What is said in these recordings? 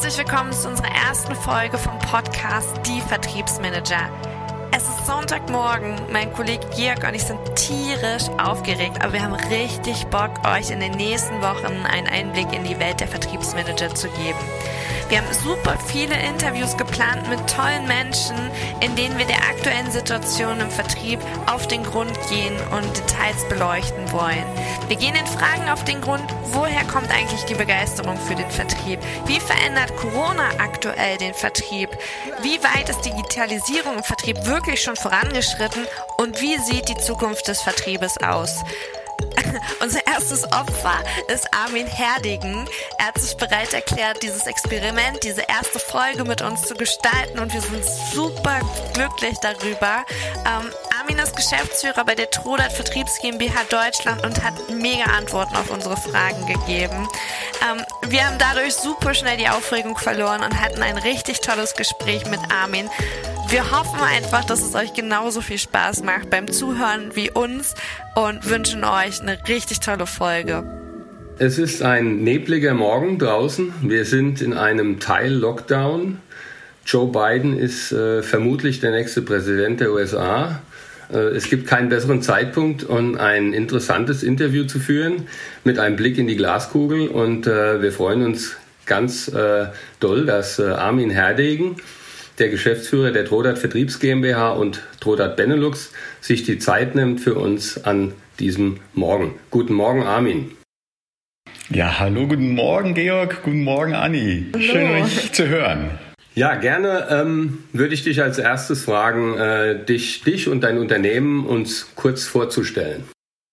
Herzlich willkommen zu unserer ersten Folge vom Podcast Die Vertriebsmanager. Es ist Sonntagmorgen, mein Kollege Georg und ich sind tierisch aufgeregt, aber wir haben richtig Bock, euch in den nächsten Wochen einen Einblick in die Welt der Vertriebsmanager zu geben. Wir haben super viele Interviews geplant mit tollen Menschen, in denen wir der aktuellen Situation im Vertrieb auf den Grund gehen und Details beleuchten wollen. Wir gehen in Fragen auf den Grund, woher kommt eigentlich die Begeisterung für den Vertrieb? Wie verändert Corona aktuell den Vertrieb? Wie weit ist Digitalisierung im Vertrieb wirklich schon vorangeschritten? Und wie sieht die Zukunft des Vertriebes aus? Unser erstes Opfer ist Armin Herdegen. Er hat sich bereit erklärt, dieses Experiment, diese erste Folge mit uns zu gestalten und wir sind super glücklich darüber. Armin ist Geschäftsführer bei der Trodat Vertriebs GmbH Deutschland und hat mega Antworten auf unsere Fragen gegeben. Wir haben dadurch super schnell die Aufregung verloren und hatten ein richtig tolles Gespräch mit Armin. Wir hoffen einfach, dass es euch genauso viel Spaß macht beim Zuhören wie uns und wünschen euch eine richtig tolle Folge. Es ist ein nebliger Morgen draußen. Wir sind in einem Teil-Lockdown. Joe Biden ist vermutlich der nächste Präsident der USA. Es gibt keinen besseren Zeitpunkt, um ein interessantes Interview zu führen mit einem Blick in die Glaskugel. Und wir freuen uns ganz doll, dass Armin Herdegen, der Geschäftsführer der Trodat Vertriebs GmbH und Trodat Benelux, sich die Zeit nimmt für uns an diesem Morgen. Guten Morgen, Armin. Ja, hallo, guten Morgen, Georg. Guten Morgen, Anni. Hallo. Schön, euch zu hören. Ja, gerne würde ich dich als erstes fragen, dich und dein Unternehmen uns kurz vorzustellen.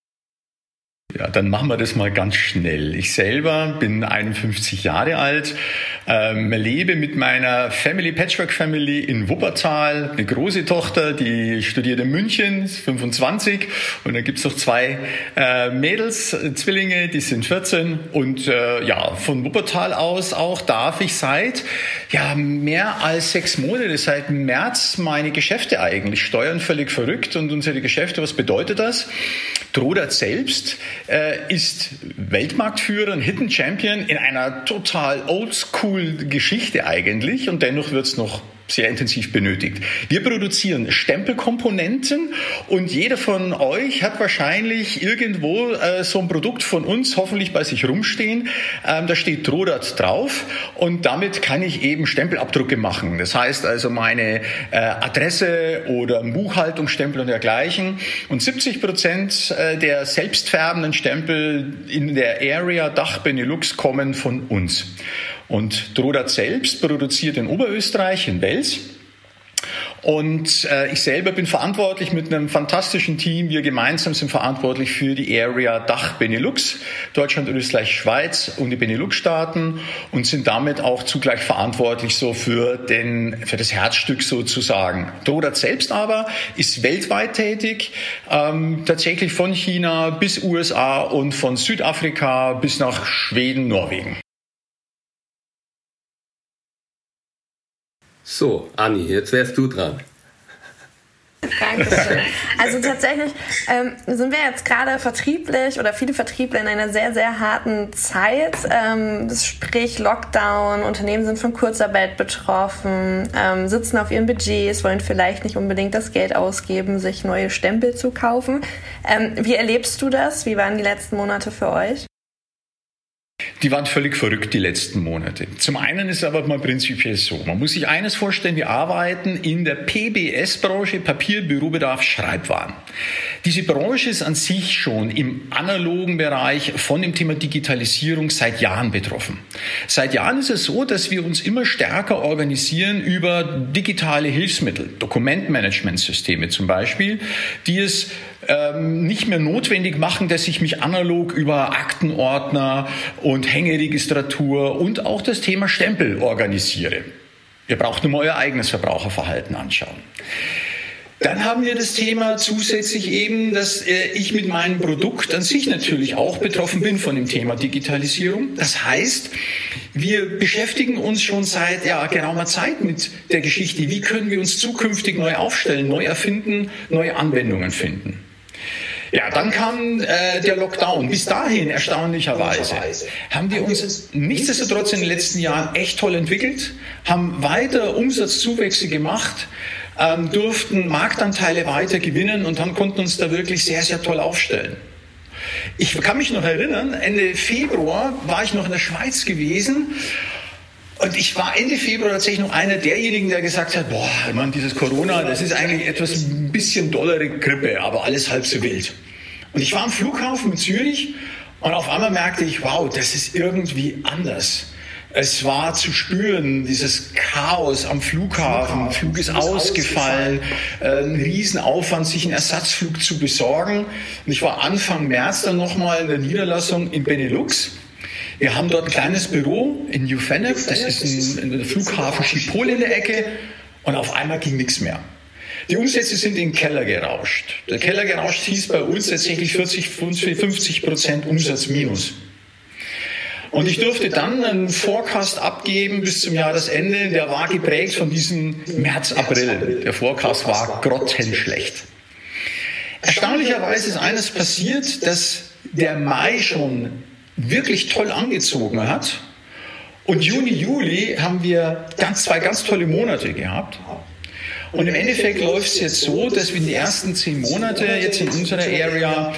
Ja, dann machen wir das mal ganz schnell. Ich selber bin 51 Jahre alt, lebe mit meiner Patchwork Family in Wuppertal. Eine große Tochter, die studiert in München, ist 25. Und dann gibt's noch zwei Mädels, Zwillinge, die sind 14. Und von Wuppertal aus auch darf ich seit mehr als 6 Monate, seit März, meine Geschäfte eigentlich steuern. Völlig verrückt. Und unsere Geschäfte, was bedeutet das? Trodat selbst ist Weltmarktführer, ein Hidden Champion in einer total Oldschool-Geschichte eigentlich und dennoch wird es noch sehr intensiv benötigt. Wir produzieren Stempelkomponenten und jeder von euch hat wahrscheinlich irgendwo so ein Produkt von uns hoffentlich bei sich rumstehen. Da steht Trodat drauf und damit kann ich eben Stempelabdrucke machen. Das heißt also meine Adresse oder Buchhaltungsstempel und dergleichen. Und 70% der selbstfärbenden Stempel in der Area Dach Benelux kommen von uns. Und Trodat selbst produziert in Oberösterreich, in Wels. Und ich selber bin verantwortlich mit einem fantastischen Team. Wir gemeinsam sind verantwortlich für die Area Dach Benelux, Deutschland, Österreich, Schweiz und die Benelux-Staaten und sind damit auch zugleich verantwortlich so für das Herzstück sozusagen. Trodat selbst aber ist weltweit tätig, tatsächlich von China bis USA und von Südafrika bis nach Schweden, Norwegen. So, Anni, jetzt wärst du dran. Dankeschön. Also tatsächlich sind wir jetzt gerade vertrieblich oder viele Vertriebler in einer sehr, sehr harten Zeit. Sprich Lockdown, Unternehmen sind von Kurzarbeit betroffen, sitzen auf ihren Budgets, wollen vielleicht nicht unbedingt das Geld ausgeben, sich neue Stempel zu kaufen. Wie erlebst du das? Wie waren die letzten Monate für euch? Die waren völlig verrückt, die letzten Monate. Zum einen ist aber mal prinzipiell so. Man muss sich eines vorstellen, wir arbeiten in der PBS-Branche, Papier, Bürobedarf, Schreibwaren. Diese Branche ist an sich schon im analogen Bereich von dem Thema Digitalisierung seit Jahren betroffen. Seit Jahren ist es so, dass wir uns immer stärker organisieren über digitale Hilfsmittel, Dokumentmanagementsysteme zum Beispiel, die es nicht mehr notwendig machen, dass ich mich analog über Aktenordner und Hängeregistratur und auch das Thema Stempel organisiere. Ihr braucht nur mal euer eigenes Verbraucherverhalten anschauen. Dann haben wir das Thema zusätzlich eben, dass ich mit meinem Produkt an sich natürlich auch betroffen bin von dem Thema Digitalisierung. Das heißt, wir beschäftigen uns schon seit geraumer Zeit mit der Geschichte, wie können wir uns zukünftig neu aufstellen, neu erfinden, neue Anwendungen finden. Ja, dann kam der Lockdown. Bis dahin, erstaunlicherweise, haben wir uns nichtsdestotrotz in den letzten Jahren echt toll entwickelt, haben weiter Umsatzzuwächse gemacht, durften Marktanteile weiter gewinnen und konnten uns da wirklich sehr, sehr toll aufstellen. Ich kann mich noch erinnern, Ende Februar war ich noch in der Schweiz gewesen. Und ich war Ende Februar tatsächlich noch einer derjenigen, der gesagt hat, boah, ich meine, dieses Corona, das ist eigentlich etwas ein bisschen dollere Grippe, aber alles halb so wild. Und ich war am Flughafen in Zürich und auf einmal merkte ich, wow, das ist irgendwie anders. Es war zu spüren, dieses Chaos am Flughafen. Der Flug ist ausgefallen, ein Riesenaufwand, sich einen Ersatzflug zu besorgen. Und ich war Anfang März dann nochmal in der Niederlassung in Benelux. Wir haben dort ein kleines Büro in New Fennec, das ist ein Flughafen Schiphol in der Ecke, und auf einmal ging nichts mehr. Die Umsätze sind in den Keller gerauscht. Der Keller gerauscht hieß bei uns tatsächlich 50% Umsatzminus. Und ich durfte dann einen Forecast abgeben bis zum Jahresende, der war geprägt von diesem März, April. Der Forecast war grottenschlecht. Erstaunlicherweise ist eines passiert, dass der Mai schon wirklich toll angezogen hat. Und Juni, Juli haben wir zwei ganz tolle Monate gehabt. Und im Endeffekt läuft es jetzt so, dass wir in den ersten 10 Monate jetzt in unserer Area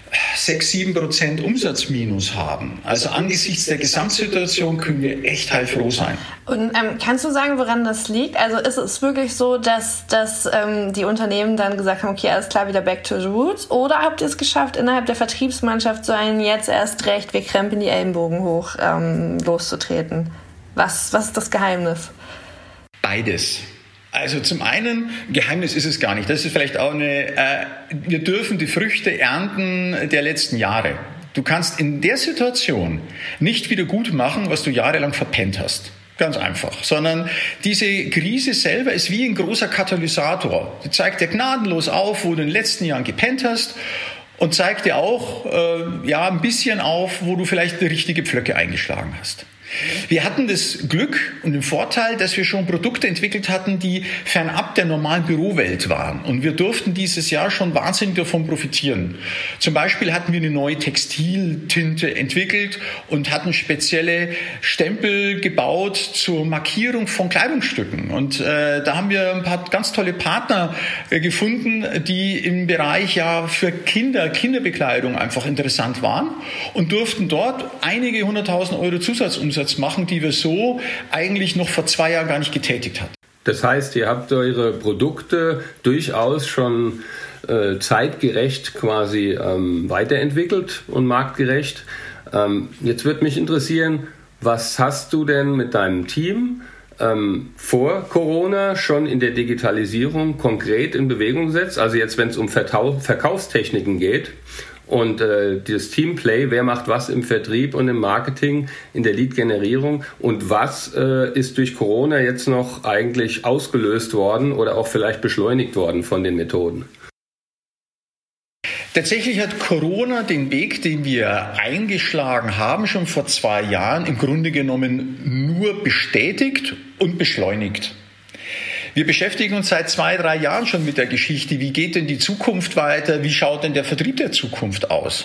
6-7% Umsatzminus haben. Also angesichts der Gesamtsituation können wir echt heilfroh sein. Und kannst du sagen, woran das liegt? Also ist es wirklich so, dass die Unternehmen dann gesagt haben, okay, alles klar, wieder back to the roots? Oder habt ihr es geschafft, innerhalb der Vertriebsmannschaft so einen jetzt erst recht, wir krempeln die Ellenbogen hoch, loszutreten? Was ist das Geheimnis? Beides. Also zum einen, Geheimnis ist es gar nicht. Das ist vielleicht auch wir dürfen die Früchte ernten der letzten Jahre. Du kannst in der Situation nicht wieder gut machen, was du jahrelang verpennt hast. Ganz einfach. Sondern diese Krise selber ist wie ein großer Katalysator. Die zeigt dir gnadenlos auf, wo du in den letzten Jahren gepennt hast, und zeigt dir auch ein bisschen auf, wo du vielleicht die richtige Pflöcke eingeschlagen hast. Wir hatten das Glück und den Vorteil, dass wir schon Produkte entwickelt hatten, die fernab der normalen Bürowelt waren. Und wir durften dieses Jahr schon wahnsinnig davon profitieren. Zum Beispiel hatten wir eine neue Textiltinte entwickelt und hatten spezielle Stempel gebaut zur Markierung von Kleidungsstücken. Und da haben wir ein paar ganz tolle Partner gefunden, die im Bereich für Kinderbekleidung einfach interessant waren, und durften dort einige 100.000 Euro Zusatzumsatz machen, die wir so eigentlich noch vor 2 Jahren gar nicht getätigt hatten. Das heißt, ihr habt eure Produkte durchaus schon zeitgerecht quasi weiterentwickelt und marktgerecht. Jetzt würde mich interessieren, was hast du denn mit deinem Team vor Corona schon in der Digitalisierung konkret in Bewegung gesetzt? Also jetzt, wenn es um Verkaufstechniken geht, und das Teamplay, wer macht was im Vertrieb und im Marketing, in der Lead-Generierung, und was ist durch Corona jetzt noch eigentlich ausgelöst worden oder auch vielleicht beschleunigt worden von den Methoden? Tatsächlich hat Corona den Weg, den wir eingeschlagen haben, schon vor 2 Jahren im Grunde genommen nur bestätigt und beschleunigt. Wir beschäftigen uns seit 2-3 Jahren schon mit der Geschichte, wie geht denn die Zukunft weiter, wie schaut denn der Vertrieb der Zukunft aus?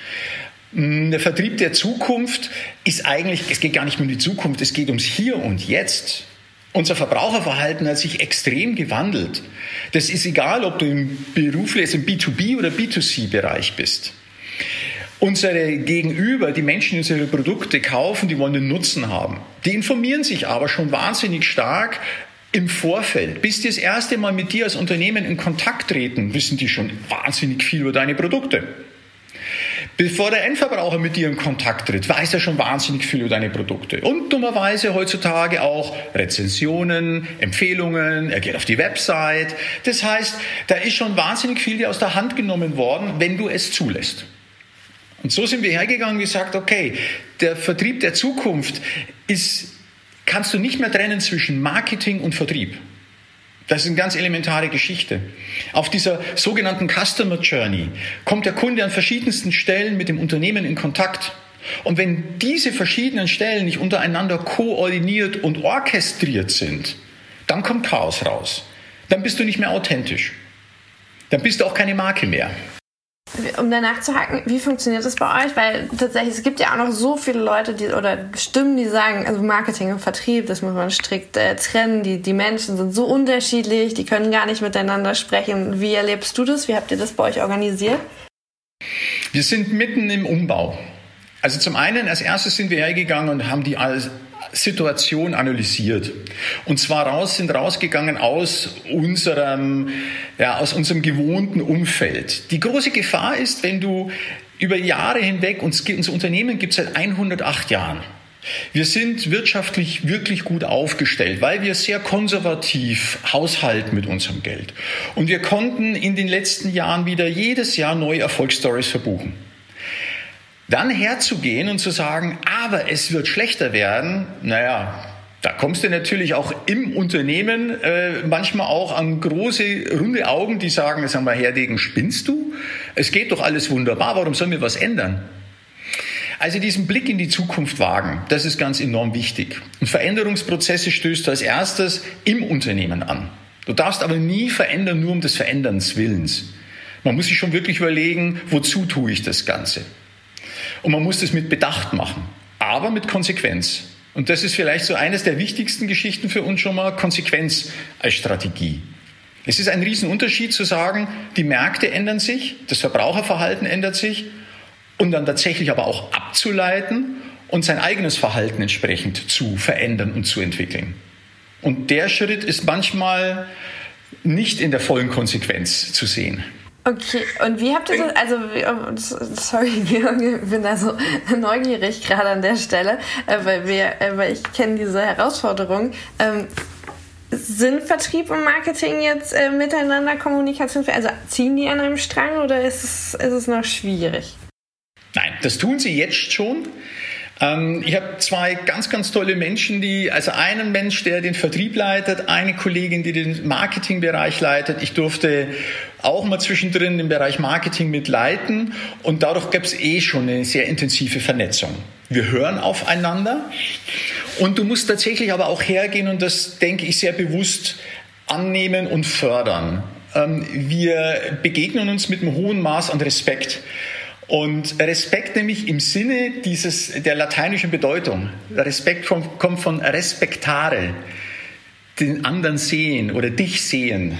Der Vertrieb der Zukunft ist eigentlich, es geht gar nicht mehr um die Zukunft, es geht ums Hier und Jetzt. Unser Verbraucherverhalten hat sich extrem gewandelt. Das ist egal, ob du im B2B oder B2C-Bereich bist. Unsere Gegenüber, die Menschen, die unsere Produkte kaufen, die wollen den Nutzen haben. Die informieren sich aber schon wahnsinnig stark im Vorfeld. Bis die das erste Mal mit dir als Unternehmen in Kontakt treten, wissen die schon wahnsinnig viel über deine Produkte. Bevor der Endverbraucher mit dir in Kontakt tritt, weiß er schon wahnsinnig viel über deine Produkte. Und dummerweise heutzutage auch Rezensionen, Empfehlungen, er geht auf die Website. Das heißt, da ist schon wahnsinnig viel dir aus der Hand genommen worden, wenn du es zulässt. Und so sind wir hergegangen und gesagt, okay, der Vertrieb der Zukunft kannst du nicht mehr trennen zwischen Marketing und Vertrieb. Das ist eine ganz elementare Geschichte. Auf dieser sogenannten Customer Journey kommt der Kunde an verschiedensten Stellen mit dem Unternehmen in Kontakt. Und wenn diese verschiedenen Stellen nicht untereinander koordiniert und orchestriert sind, dann kommt Chaos raus. Dann bist du nicht mehr authentisch. Dann bist du auch keine Marke mehr. Um danach zu haken, wie funktioniert das bei euch? Weil tatsächlich, es gibt ja auch noch so viele Leute, oder Stimmen, die sagen, also Marketing und Vertrieb, das muss man strikt trennen. Die Menschen sind so unterschiedlich, die können gar nicht miteinander sprechen. Wie erlebst du das? Wie habt ihr das bei euch organisiert? Wir sind mitten im Umbau. Also zum einen, als erstes sind wir hergegangen und haben die Situation analysiert. Und zwar sind rausgegangen aus unserem gewohnten Umfeld. Die große Gefahr ist, wenn du über Jahre hinweg, unser Unternehmen gibt es seit 108 Jahren. Wir sind wirtschaftlich wirklich gut aufgestellt, weil wir sehr konservativ haushalten mit unserem Geld. Und wir konnten in den letzten Jahren wieder jedes Jahr neue Erfolgsstories verbuchen. Dann herzugehen und zu sagen, aber es wird schlechter werden, da kommst du natürlich auch im Unternehmen manchmal auch an große, runde Augen, die sagen, sag mal, Herr Degen, spinnst du? Es geht doch alles wunderbar, warum sollen wir was ändern? Also diesen Blick in die Zukunft wagen, das ist ganz enorm wichtig. Und Veränderungsprozesse stößt du als erstes im Unternehmen an. Du darfst aber nie verändern, nur um des Veränderns Willens. Man muss sich schon wirklich überlegen, wozu tue ich das Ganze? Und man muss das mit Bedacht machen, aber mit Konsequenz. Und das ist vielleicht so eines der wichtigsten Geschichten für uns schon mal, Konsequenz als Strategie. Es ist ein Riesenunterschied zu sagen, die Märkte ändern sich, das Verbraucherverhalten ändert sich und dann tatsächlich aber auch abzuleiten und sein eigenes Verhalten entsprechend zu verändern und zu entwickeln. Und der Schritt ist manchmal nicht in der vollen Konsequenz zu sehen. Okay, und wie habt ihr das, also, sorry, Georg, ich bin da so neugierig gerade an der Stelle, weil ich kenne diese Herausforderung. Sind Vertrieb und Marketing jetzt miteinander Kommunikation, also ziehen die an einem Strang oder ist es noch schwierig? Nein, das tun sie jetzt schon. Ich habe zwei ganz, ganz tolle Menschen, also einen Mensch, der den Vertrieb leitet, eine Kollegin, die den Marketingbereich leitet. Ich durfte auch mal zwischendrin den Bereich Marketing mitleiten und dadurch gab es schon eine sehr intensive Vernetzung. Wir hören aufeinander und du musst tatsächlich aber auch hergehen und das denke ich sehr bewusst annehmen und fördern. Wir begegnen uns mit einem hohen Maß an Respekt. Und Respekt nämlich im Sinne der lateinischen Bedeutung. Respekt kommt von respectare, den anderen sehen oder dich sehen.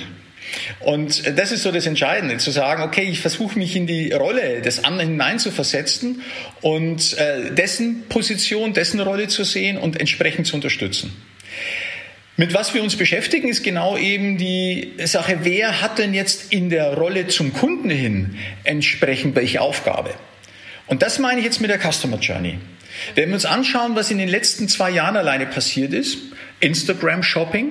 Und das ist so das Entscheidende, zu sagen, okay, ich versuche mich in die Rolle des anderen hineinzuversetzen und dessen Position, dessen Rolle zu sehen und entsprechend zu unterstützen. Mit was wir uns beschäftigen, ist genau eben die Sache, wer hat denn jetzt in der Rolle zum Kunden hin entsprechend welche Aufgabe? Und das meine ich jetzt mit der Customer Journey. Wenn wir uns anschauen, was in den letzten 2 Jahren alleine passiert ist, Instagram-Shopping,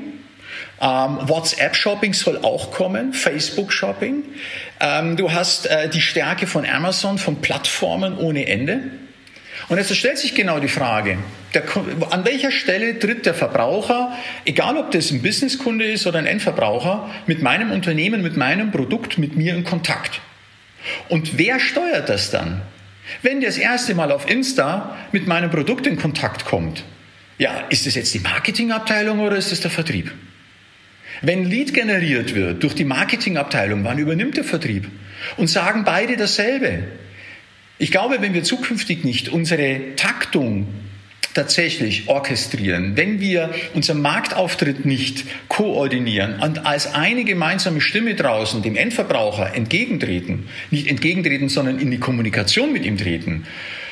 WhatsApp-Shopping soll auch kommen, Facebook-Shopping, du hast die Stärke von Amazon, von Plattformen ohne Ende. Und jetzt stellt sich genau die Frage, an welcher Stelle tritt der Verbraucher, egal ob das ein Businesskunde ist oder ein Endverbraucher, mit meinem Unternehmen, mit meinem Produkt, mit mir in Kontakt? Und wer steuert das dann? Wenn der das erste Mal auf Insta mit meinem Produkt in Kontakt kommt, ist das jetzt die Marketingabteilung oder ist das der Vertrieb? Wenn Lead generiert wird durch die Marketingabteilung, wann übernimmt der Vertrieb? Und sagen beide dasselbe? Ich glaube, wenn wir zukünftig nicht unsere Taktung tatsächlich orchestrieren, wenn wir unseren Marktauftritt nicht koordinieren und als eine gemeinsame Stimme draußen dem Endverbraucher entgegentreten, nicht entgegentreten, sondern in die Kommunikation mit ihm treten,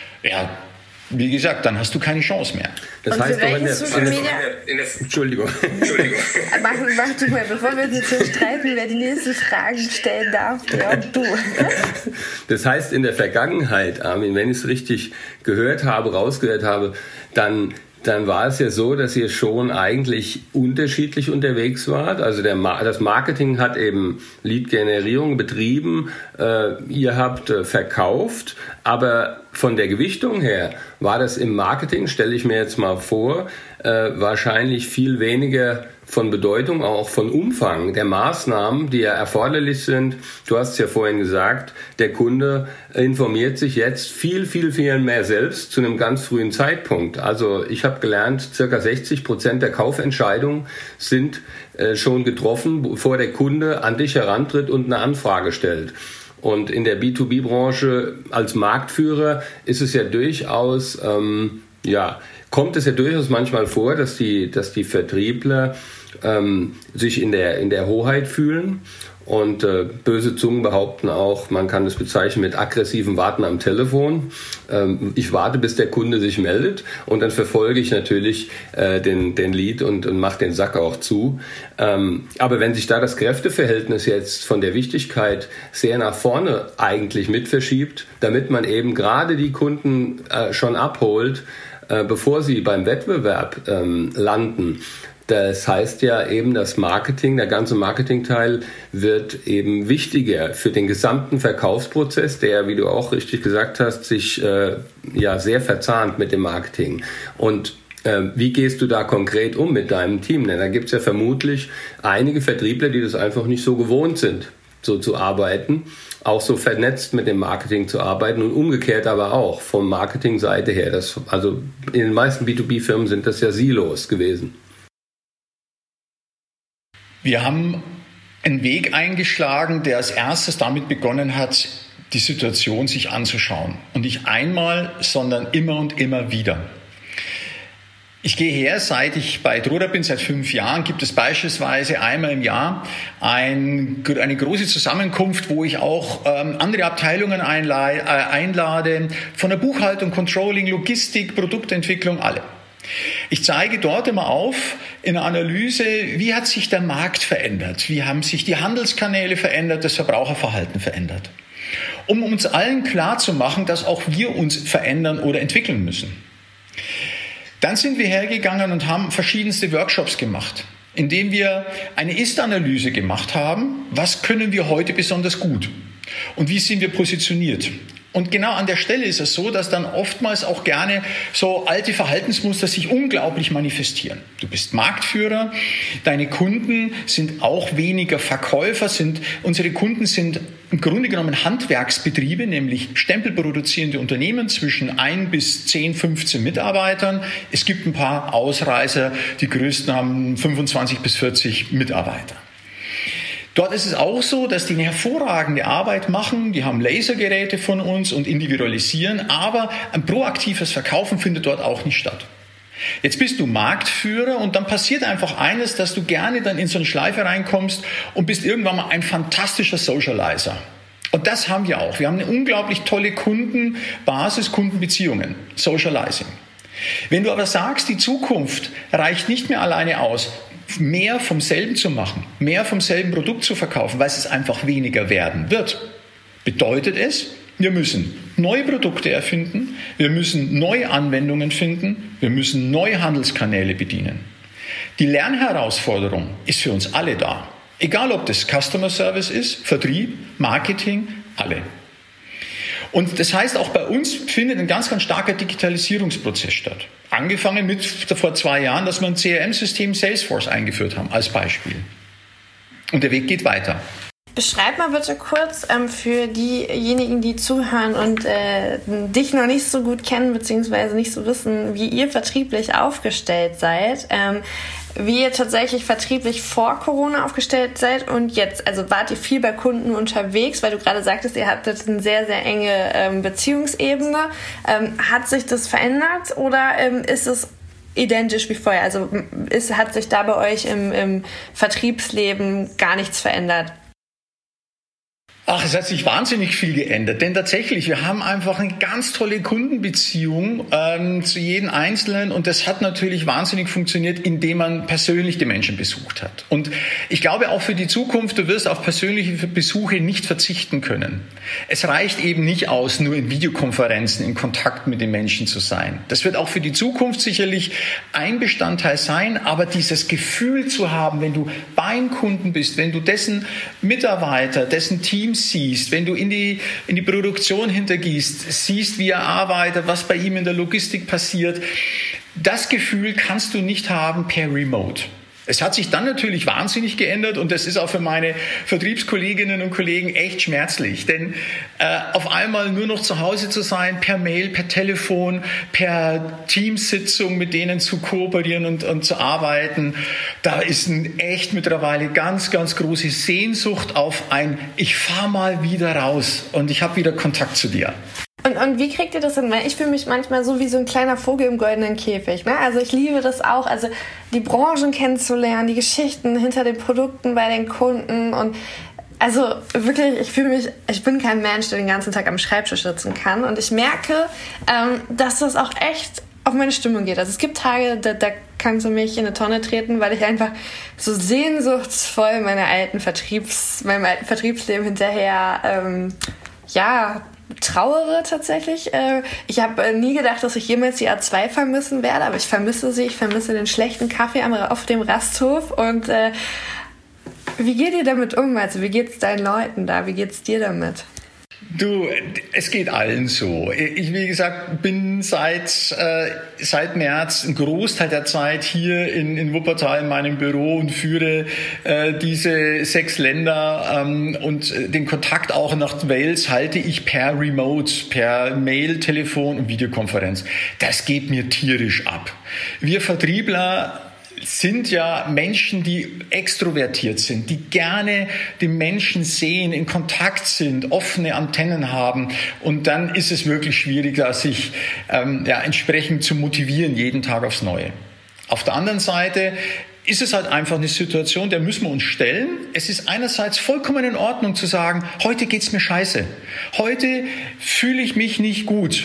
wie gesagt, dann hast du keine Chance mehr. Das und heißt doch Entschuldigung. Mach du mal, bevor wir uns jetzt hier streiten, wer die nächsten Fragen stellen darf, du. Das heißt, in der Vergangenheit, Armin, wenn ich es richtig rausgehört habe, dann war es ja so, dass ihr schon eigentlich unterschiedlich unterwegs wart. Also das Marketing hat eben Lead-Generierung betrieben, ihr habt verkauft, aber von der Gewichtung her war das im Marketing, stelle ich mir jetzt mal vor, wahrscheinlich viel weniger von Bedeutung, auch von Umfang der Maßnahmen, die ja erforderlich sind. Du hast es ja vorhin gesagt, der Kunde informiert sich jetzt viel, viel, viel mehr selbst zu einem ganz frühen Zeitpunkt. Also ich habe gelernt, ca. 60% der Kaufentscheidungen sind schon getroffen, bevor der Kunde an dich herantritt und eine Anfrage stellt. Und in der B2B-Branche als Marktführer ist es ja durchaus, kommt es ja durchaus manchmal vor, dass die Vertriebler sich in der Hoheit fühlen. Und böse Zungen behaupten auch, man kann es bezeichnen mit aggressivem Warten am Telefon. Ich warte, bis der Kunde sich meldet und dann verfolge ich natürlich den Lead und mache den Sack auch zu. Aber wenn sich da das Kräfteverhältnis jetzt von der Wichtigkeit sehr nach vorne eigentlich mit verschiebt, damit man eben gerade die Kunden schon abholt, bevor sie beim Wettbewerb landen. Das heißt ja eben, das Marketing, der ganze Marketingteil wird eben wichtiger für den gesamten Verkaufsprozess, der, wie du auch richtig gesagt hast, sich sehr verzahnt mit dem Marketing. Und wie gehst du da konkret um mit deinem Team? Denn da gibt es ja vermutlich einige Vertriebler, die das einfach nicht so gewohnt sind, so zu arbeiten, auch so vernetzt mit dem Marketing zu arbeiten und umgekehrt aber auch von Marketingseite her. Also in den meisten B2B-Firmen sind das ja Silos gewesen. Wir haben einen Weg eingeschlagen, der als erstes damit begonnen hat, die Situation sich anzuschauen. Und nicht einmal, sondern immer und immer wieder. Ich gehe her, seit ich bei Droda bin, seit 5 Jahren, gibt es beispielsweise einmal im Jahr eine große Zusammenkunft, wo ich auch andere Abteilungen einlade, von der Buchhaltung, Controlling, Logistik, Produktentwicklung, alle. Ich zeige dort immer auf in der Analyse, wie hat sich der Markt verändert, wie haben sich die Handelskanäle verändert, das Verbraucherverhalten verändert. Um uns allen klarzumachen, dass auch wir uns verändern oder entwickeln müssen. Dann sind wir hergegangen und haben verschiedenste Workshops gemacht, indem wir eine Ist-Analyse gemacht haben, was können wir heute besonders gut und wie sind wir positioniert. Und genau an der Stelle ist es so, dass dann oftmals auch gerne so alte Verhaltensmuster sich unglaublich manifestieren. Du bist Marktführer, deine Kunden sind auch weniger Verkäufer, unsere Kunden sind im Grunde genommen Handwerksbetriebe, nämlich stempelproduzierende Unternehmen zwischen 1 bis 10, 15 Mitarbeitern. Es gibt ein paar Ausreißer, die größten haben 25 bis 40 Mitarbeiter. Dort ist es auch so, dass die eine hervorragende Arbeit machen. Die haben Lasergeräte von uns und individualisieren, aber ein proaktives Verkaufen findet dort auch nicht statt. Jetzt bist du Marktführer und dann passiert einfach eines, dass du gerne dann in so eine Schleife reinkommst und bist irgendwann mal ein fantastischer Socializer. Und das haben wir auch. Wir haben eine unglaublich tolle Kundenbasis, Kundenbeziehungen, Socializing. Wenn du aber sagst, die Zukunft reicht nicht mehr alleine aus, mehr vom selben zu machen, mehr vom selben Produkt zu verkaufen, weil es einfach weniger werden wird, bedeutet es, wir müssen neue Produkte erfinden, wir müssen neue Anwendungen finden, wir müssen neue Handelskanäle bedienen. Die Lernherausforderung ist für uns alle da. Egal, ob das Customer Service ist, Vertrieb, Marketing, alle. Und das heißt, auch bei uns findet ein ganz, ganz starker Digitalisierungsprozess statt. Angefangen mit vor 2 Jahren, dass wir ein CRM-System Salesforce eingeführt haben, als Beispiel. Und der Weg geht weiter. Beschreib mal bitte kurz für diejenigen, die zuhören und dich noch nicht so gut kennen, beziehungsweise nicht so wissen, wie ihr vertrieblich aufgestellt seid, wie ihr tatsächlich vertrieblich vor Corona aufgestellt seid und jetzt. Also wart ihr viel bei Kunden unterwegs, weil du gerade sagtest, ihr hattet eine sehr, sehr enge Beziehungsebene. Hat sich das verändert oder ist es identisch wie vorher? Also hat sich da bei euch im Vertriebsleben gar nichts verändert? Ach, es hat sich wahnsinnig viel geändert, denn tatsächlich, wir haben einfach eine ganz tolle Kundenbeziehung zu jedem Einzelnen und das hat natürlich wahnsinnig funktioniert, indem man persönlich die Menschen besucht hat. Und ich glaube auch für die Zukunft, du wirst auf persönliche Besuche nicht verzichten können. Es reicht eben nicht aus, nur in Videokonferenzen in Kontakt mit den Menschen zu sein. Das wird auch für die Zukunft sicherlich ein Bestandteil sein, aber dieses Gefühl zu haben, wenn du beim Kunden bist, wenn du dessen Mitarbeiter, dessen Team siehst, wenn du in die Produktion hintergehst, siehst, wie er arbeitet, was bei ihm in der Logistik passiert, das Gefühl kannst du nicht haben per Remote. Es hat sich dann natürlich wahnsinnig geändert und das ist auch für meine Vertriebskolleginnen und Kollegen echt schmerzlich, denn auf einmal nur noch zu Hause zu sein, per Mail, per Telefon, per Teamsitzung mit denen zu kooperieren und zu arbeiten, da ist echt mittlerweile ganz, ganz große Sehnsucht auf ein, ich fahre mal wieder raus und ich habe wieder Kontakt zu dir. Und wie kriegt ihr das hin? Weil ich fühle mich manchmal so wie so ein kleiner Vogel im goldenen Käfig. Ne? Also ich liebe das auch, also die Branchen kennenzulernen, die Geschichten hinter den Produkten bei den Kunden und also wirklich, ich bin kein Mensch, der den ganzen Tag am Schreibtisch sitzen kann und ich merke, dass das auch echt auf meine Stimmung geht. Also es gibt Tage, da kannst du mich in eine Tonne treten, weil ich einfach so sehnsuchtsvoll meinem alten Vertriebsleben hinterher, trauere tatsächlich. Ich habe nie gedacht, dass ich jemals die A2 vermissen werde, aber ich vermisse sie. Ich vermisse den schlechten Kaffee auf dem Rasthof. Und wie geht ihr damit um? Also wie geht's deinen Leuten da? Wie geht's dir damit? Du, es geht allen so. Ich, wie gesagt, bin seit März einen Großteil der Zeit hier in Wuppertal in meinem Büro und führe diese 6 Länder und den Kontakt auch nach Wales halte ich per Remote, per Mail, Telefon und Videokonferenz. Das geht mir tierisch ab. Wir Vertriebler sind ja Menschen, die extrovertiert sind, die gerne die Menschen sehen, in Kontakt sind, offene Antennen haben. Und dann ist es wirklich schwierig, sich entsprechend zu motivieren, jeden Tag aufs Neue. Auf der anderen Seite ist es halt einfach eine Situation, der müssen wir uns stellen. Es ist einerseits vollkommen in Ordnung zu sagen, heute geht's mir scheiße. Heute fühle ich mich nicht gut.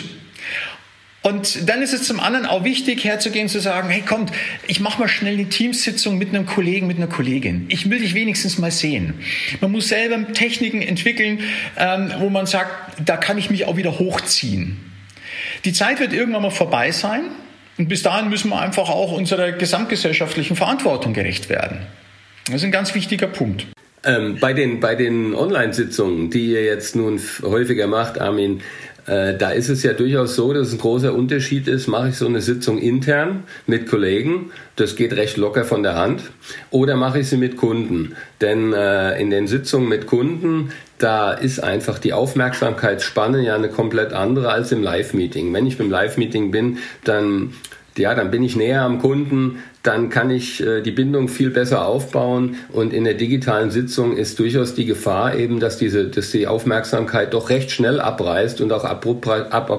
Und dann ist es zum anderen auch wichtig, herzugehen, zu sagen, hey, kommt, ich mache mal schnell eine Teamsitzung mit einem Kollegen, mit einer Kollegin. Ich will dich wenigstens mal sehen. Man muss selber Techniken entwickeln, wo man sagt, da kann ich mich auch wieder hochziehen. Die Zeit wird irgendwann mal vorbei sein und bis dahin müssen wir einfach auch unserer gesamtgesellschaftlichen Verantwortung gerecht werden. Das ist ein ganz wichtiger Punkt. Bei den Online-Sitzungen, die ihr jetzt nun häufiger macht, Armin, da ist es ja durchaus so, dass es ein großer Unterschied ist, mache ich so eine Sitzung intern mit Kollegen, das geht recht locker von der Hand, oder mache ich sie mit Kunden. Denn in den Sitzungen mit Kunden, da ist einfach die Aufmerksamkeitsspanne ja eine komplett andere als im Live-Meeting. Wenn ich beim Live-Meeting bin, dann bin ich näher am Kunden, dann kann ich die Bindung viel besser aufbauen und in der digitalen Sitzung ist durchaus die Gefahr eben, dass die Aufmerksamkeit doch recht schnell abreißt und auch abrupt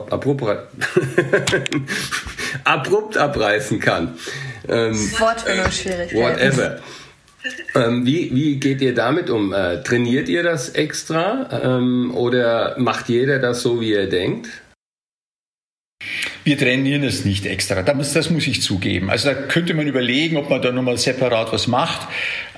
abreißen kann. Wortfindung schwierig. Whatever. Wie geht ihr damit um? Trainiert ihr das extra oder macht jeder das so, wie er denkt? Wir trainieren es nicht extra, das muss ich zugeben. Also da könnte man überlegen, ob man da nochmal separat was macht.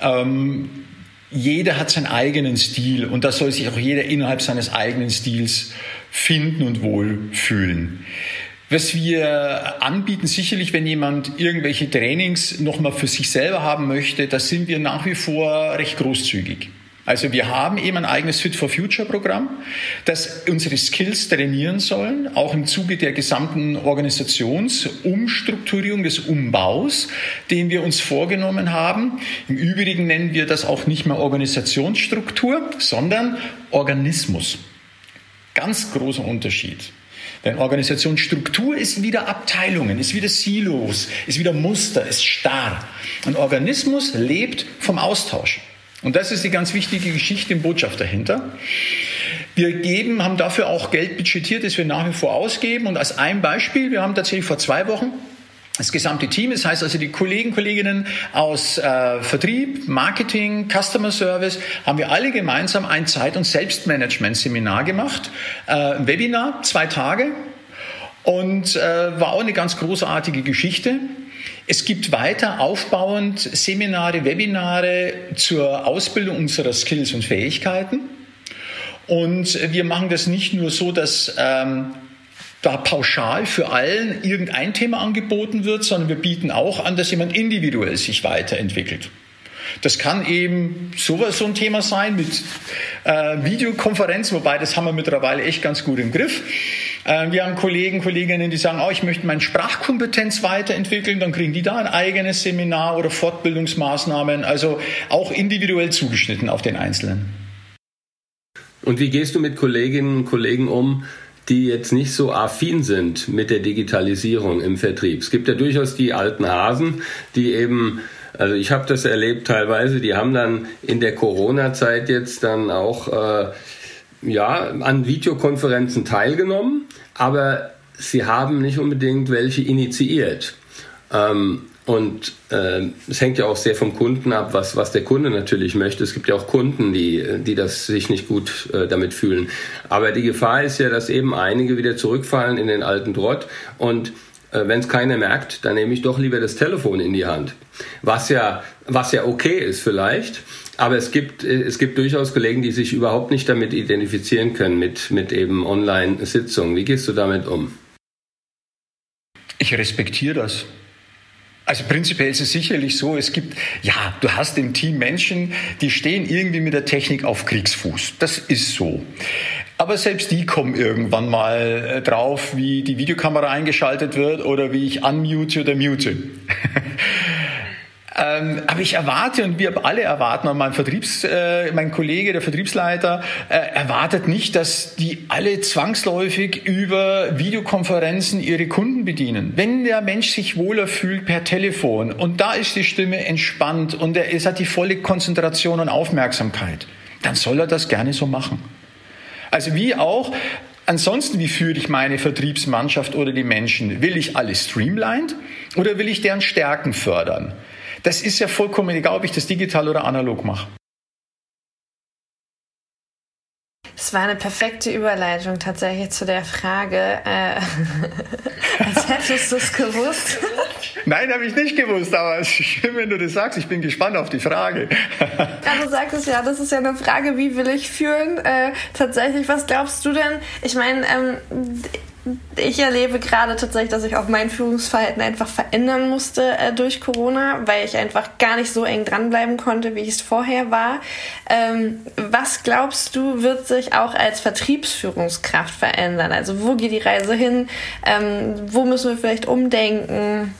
Jeder hat seinen eigenen Stil und da soll sich auch jeder innerhalb seines eigenen Stils finden und wohlfühlen. Was wir anbieten, sicherlich, wenn jemand irgendwelche Trainings nochmal für sich selber haben möchte, da sind wir nach wie vor recht großzügig. Also wir haben eben ein eigenes Fit for Future Programm, das unsere Skills trainieren sollen, auch im Zuge der gesamten Organisationsumstrukturierung des Umbaus, den wir uns vorgenommen haben. Im Übrigen nennen wir das auch nicht mehr Organisationsstruktur, sondern Organismus. Ganz großer Unterschied. Denn Organisationsstruktur ist wieder Abteilungen, ist wieder Silos, ist wieder Muster, ist starr. Ein Organismus lebt vom Austausch. Und das ist die ganz wichtige Geschichte im Botschaft dahinter. Wir haben dafür auch Geld budgetiert, das wir nach wie vor ausgeben. Und als ein Beispiel, wir haben tatsächlich vor 2 Wochen das gesamte Team, das heißt also die Kolleginnen aus Vertrieb, Marketing, Customer Service, haben wir alle gemeinsam ein Zeit- und Selbstmanagement-Seminar gemacht, ein Webinar, 2 Tage und war auch eine ganz großartige Geschichte. Es gibt weiter aufbauend Seminare, Webinare zur Ausbildung unserer Skills und Fähigkeiten. Und wir machen das nicht nur so, dass da pauschal für allen irgendein Thema angeboten wird, sondern wir bieten auch an, dass jemand individuell sich weiterentwickelt. Das kann eben so ein Thema sein mit Videokonferenz, wobei das haben wir mittlerweile echt ganz gut im Griff. Wir haben Kollegen, Kolleginnen, die sagen, ich möchte meine Sprachkompetenz weiterentwickeln. Dann kriegen die da ein eigenes Seminar oder Fortbildungsmaßnahmen. Also auch individuell zugeschnitten auf den Einzelnen. Und wie gehst du mit Kolleginnen und Kollegen um, die jetzt nicht so affin sind mit der Digitalisierung im Vertrieb? Es gibt ja durchaus die alten Hasen, die eben, also ich habe das erlebt teilweise, die haben dann in der Corona-Zeit jetzt dann auch an Videokonferenzen teilgenommen, aber sie haben nicht unbedingt welche initiiert. Und es hängt ja auch sehr vom Kunden ab, was der Kunde natürlich möchte. Es gibt ja auch Kunden, die das sich nicht gut damit fühlen. Aber die Gefahr ist ja, dass eben einige wieder zurückfallen in den alten Trott. Und wenn es keiner merkt, dann nehme ich doch lieber das Telefon in die Hand. Was ja okay ist vielleicht. Aber es gibt durchaus Kollegen, die sich überhaupt nicht damit identifizieren können, mit eben Online-Sitzungen. Wie gehst du damit um? Ich respektiere das. Also prinzipiell ist es sicherlich so, du hast im Team Menschen, die stehen irgendwie mit der Technik auf Kriegsfuß. Das ist so. Aber selbst die kommen irgendwann mal drauf, wie die Videokamera eingeschaltet wird oder wie ich unmute oder mute. Aber ich erwarte, und wir alle erwarten, und mein Kollege, der Vertriebsleiter, erwartet nicht, dass die alle zwangsläufig über Videokonferenzen ihre Kunden bedienen. Wenn der Mensch sich wohler fühlt per Telefon und da ist die Stimme entspannt und es hat die volle Konzentration und Aufmerksamkeit, dann soll er das gerne so machen. Also ansonsten, wie führe ich meine Vertriebsmannschaft oder die Menschen? Will ich alles streamlined oder will ich deren Stärken fördern? Das ist ja vollkommen egal, ob ich das digital oder analog mache. Das war eine perfekte Überleitung tatsächlich zu der Frage, als hättest du es gewusst. Nein, habe ich nicht gewusst, aber es ist schön, wenn du das sagst. Ich bin gespannt auf die Frage. Ja, du sagtest ja, das ist ja eine Frage, wie will ich führen? Tatsächlich, was glaubst du denn? Ich meine, ich erlebe gerade tatsächlich, dass ich auch mein Führungsverhalten einfach verändern musste durch Corona, weil ich einfach gar nicht so eng dranbleiben konnte, wie ich es vorher war. Was glaubst du, wird sich auch als Vertriebsführungskraft verändern? Also wo geht die Reise hin? Wo müssen wir vielleicht umdenken?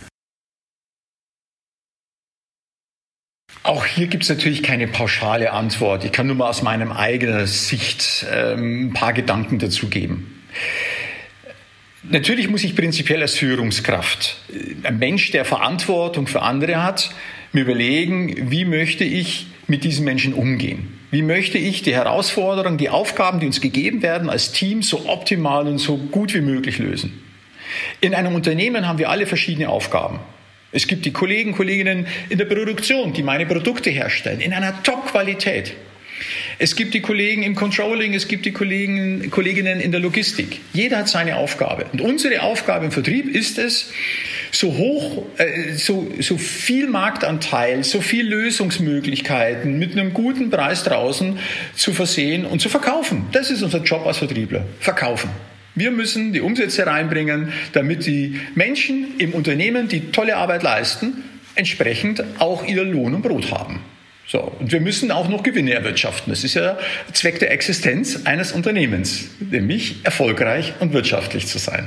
Auch hier gibt es natürlich keine pauschale Antwort. Ich kann nur mal aus meiner eigenen Sicht ein paar Gedanken dazu geben. Natürlich muss ich prinzipiell als Führungskraft, ein Mensch, der Verantwortung für andere hat, mir überlegen, wie möchte ich mit diesen Menschen umgehen? Wie möchte ich die Herausforderungen, die Aufgaben, die uns gegeben werden, als Team so optimal und so gut wie möglich lösen? In einem Unternehmen haben wir alle verschiedene Aufgaben. Es gibt die Kollegen, Kolleginnen in der Produktion, die meine Produkte herstellen, in einer Top-Qualität. Es gibt die Kollegen im Controlling, es gibt die Kolleginnen in der Logistik. Jeder hat seine Aufgabe. Und unsere Aufgabe im Vertrieb ist es, so viel Marktanteil, so viel Lösungsmöglichkeiten mit einem guten Preis draußen zu versehen und zu verkaufen. Das ist unser Job als Vertriebler. Verkaufen. Wir müssen die Umsätze reinbringen, damit die Menschen im Unternehmen, die tolle Arbeit leisten, entsprechend auch ihr Lohn und Brot haben. So, und wir müssen auch noch Gewinne erwirtschaften. Das ist ja Zweck der Existenz eines Unternehmens, nämlich erfolgreich und wirtschaftlich zu sein.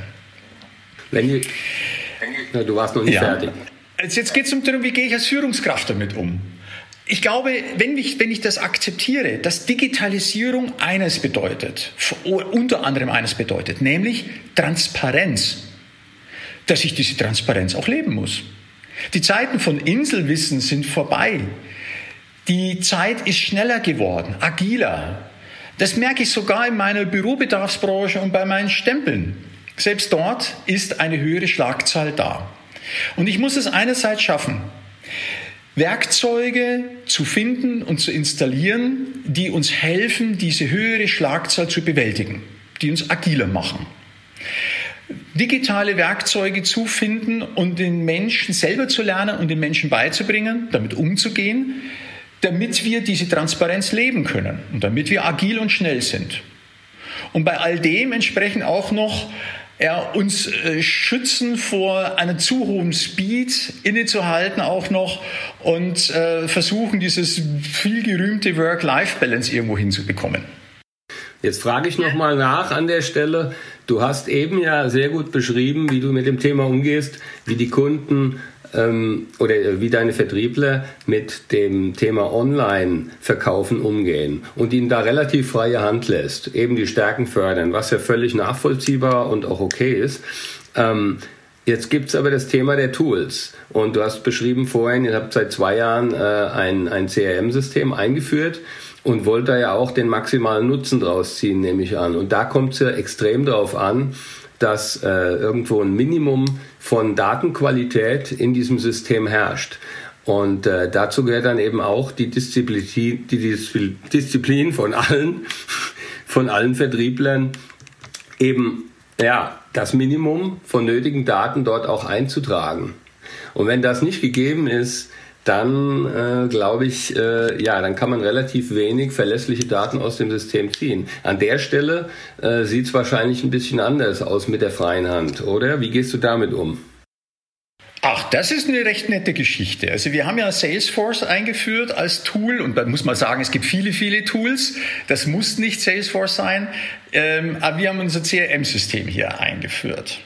Du warst noch nicht fertig. Jetzt geht es darum, wie gehe ich als Führungskraft damit um? Ich glaube, wenn ich das akzeptiere, dass Digitalisierung unter anderem eines bedeutet, nämlich Transparenz, dass ich diese Transparenz auch leben muss. Die Zeiten von Inselwissen sind vorbei. Die Zeit ist schneller geworden, agiler. Das merke ich sogar in meiner Bürobedarfsbranche und bei meinen Stempeln. Selbst dort ist eine höhere Schlagzahl da. Und ich muss es einerseits schaffen, Werkzeuge zu finden und zu installieren, die uns helfen, diese höhere Schlagzahl zu bewältigen, die uns agiler machen. Digitale Werkzeuge zu finden und den Menschen selber zu lernen und den Menschen beizubringen, damit umzugehen, damit wir diese Transparenz leben können und damit wir agil und schnell sind. Und bei all dem entsprechend auch noch uns schützen vor einem zu hohen Speed, innezuhalten auch noch und versuchen, dieses viel gerühmte Work-Life-Balance irgendwo hinzubekommen. Jetzt frage ich nochmal nach an der Stelle. Du hast eben ja sehr gut beschrieben, wie du mit dem Thema umgehst, wie die Kunden oder wie deine Vertriebler mit dem Thema Online-Verkaufen umgehen und ihnen da relativ freie Hand lässt, eben die Stärken fördern, was ja völlig nachvollziehbar und auch okay ist. Jetzt gibt es aber das Thema der Tools und du hast beschrieben vorhin, ihr habt seit 2 Jahren ein CRM-System eingeführt und wollt da ja auch den maximalen Nutzen draus ziehen, nehme ich an. Und da kommt es ja extrem darauf an, dass irgendwo ein Minimum von Datenqualität in diesem System herrscht. Und dazu gehört dann eben auch die Disziplin von allen Vertrieblern, eben das Minimum von nötigen Daten dort auch einzutragen. Und wenn das nicht gegeben ist, dann glaube ich, dann kann man relativ wenig verlässliche Daten aus dem System ziehen. An der Stelle sieht es wahrscheinlich ein bisschen anders aus mit der freien Hand, oder? Wie gehst du damit um? Ach, das ist eine recht nette Geschichte. Also wir haben ja Salesforce eingeführt als Tool und da muss man sagen, es gibt viele, viele Tools. Das muss nicht Salesforce sein, aber wir haben unser CRM-System hier eingeführt.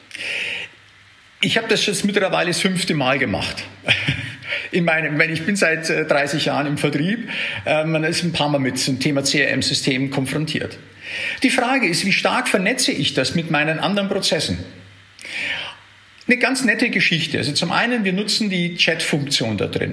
Ich habe das jetzt mittlerweile das 5. Mal gemacht. Ich bin seit 30 Jahren im Vertrieb, man ist ein paar Mal mit dem Thema CRM-System konfrontiert. Die Frage ist, wie stark vernetze ich das mit meinen anderen Prozessen? Eine ganz nette Geschichte. Also zum einen, wir nutzen die Chat-Funktion da drin.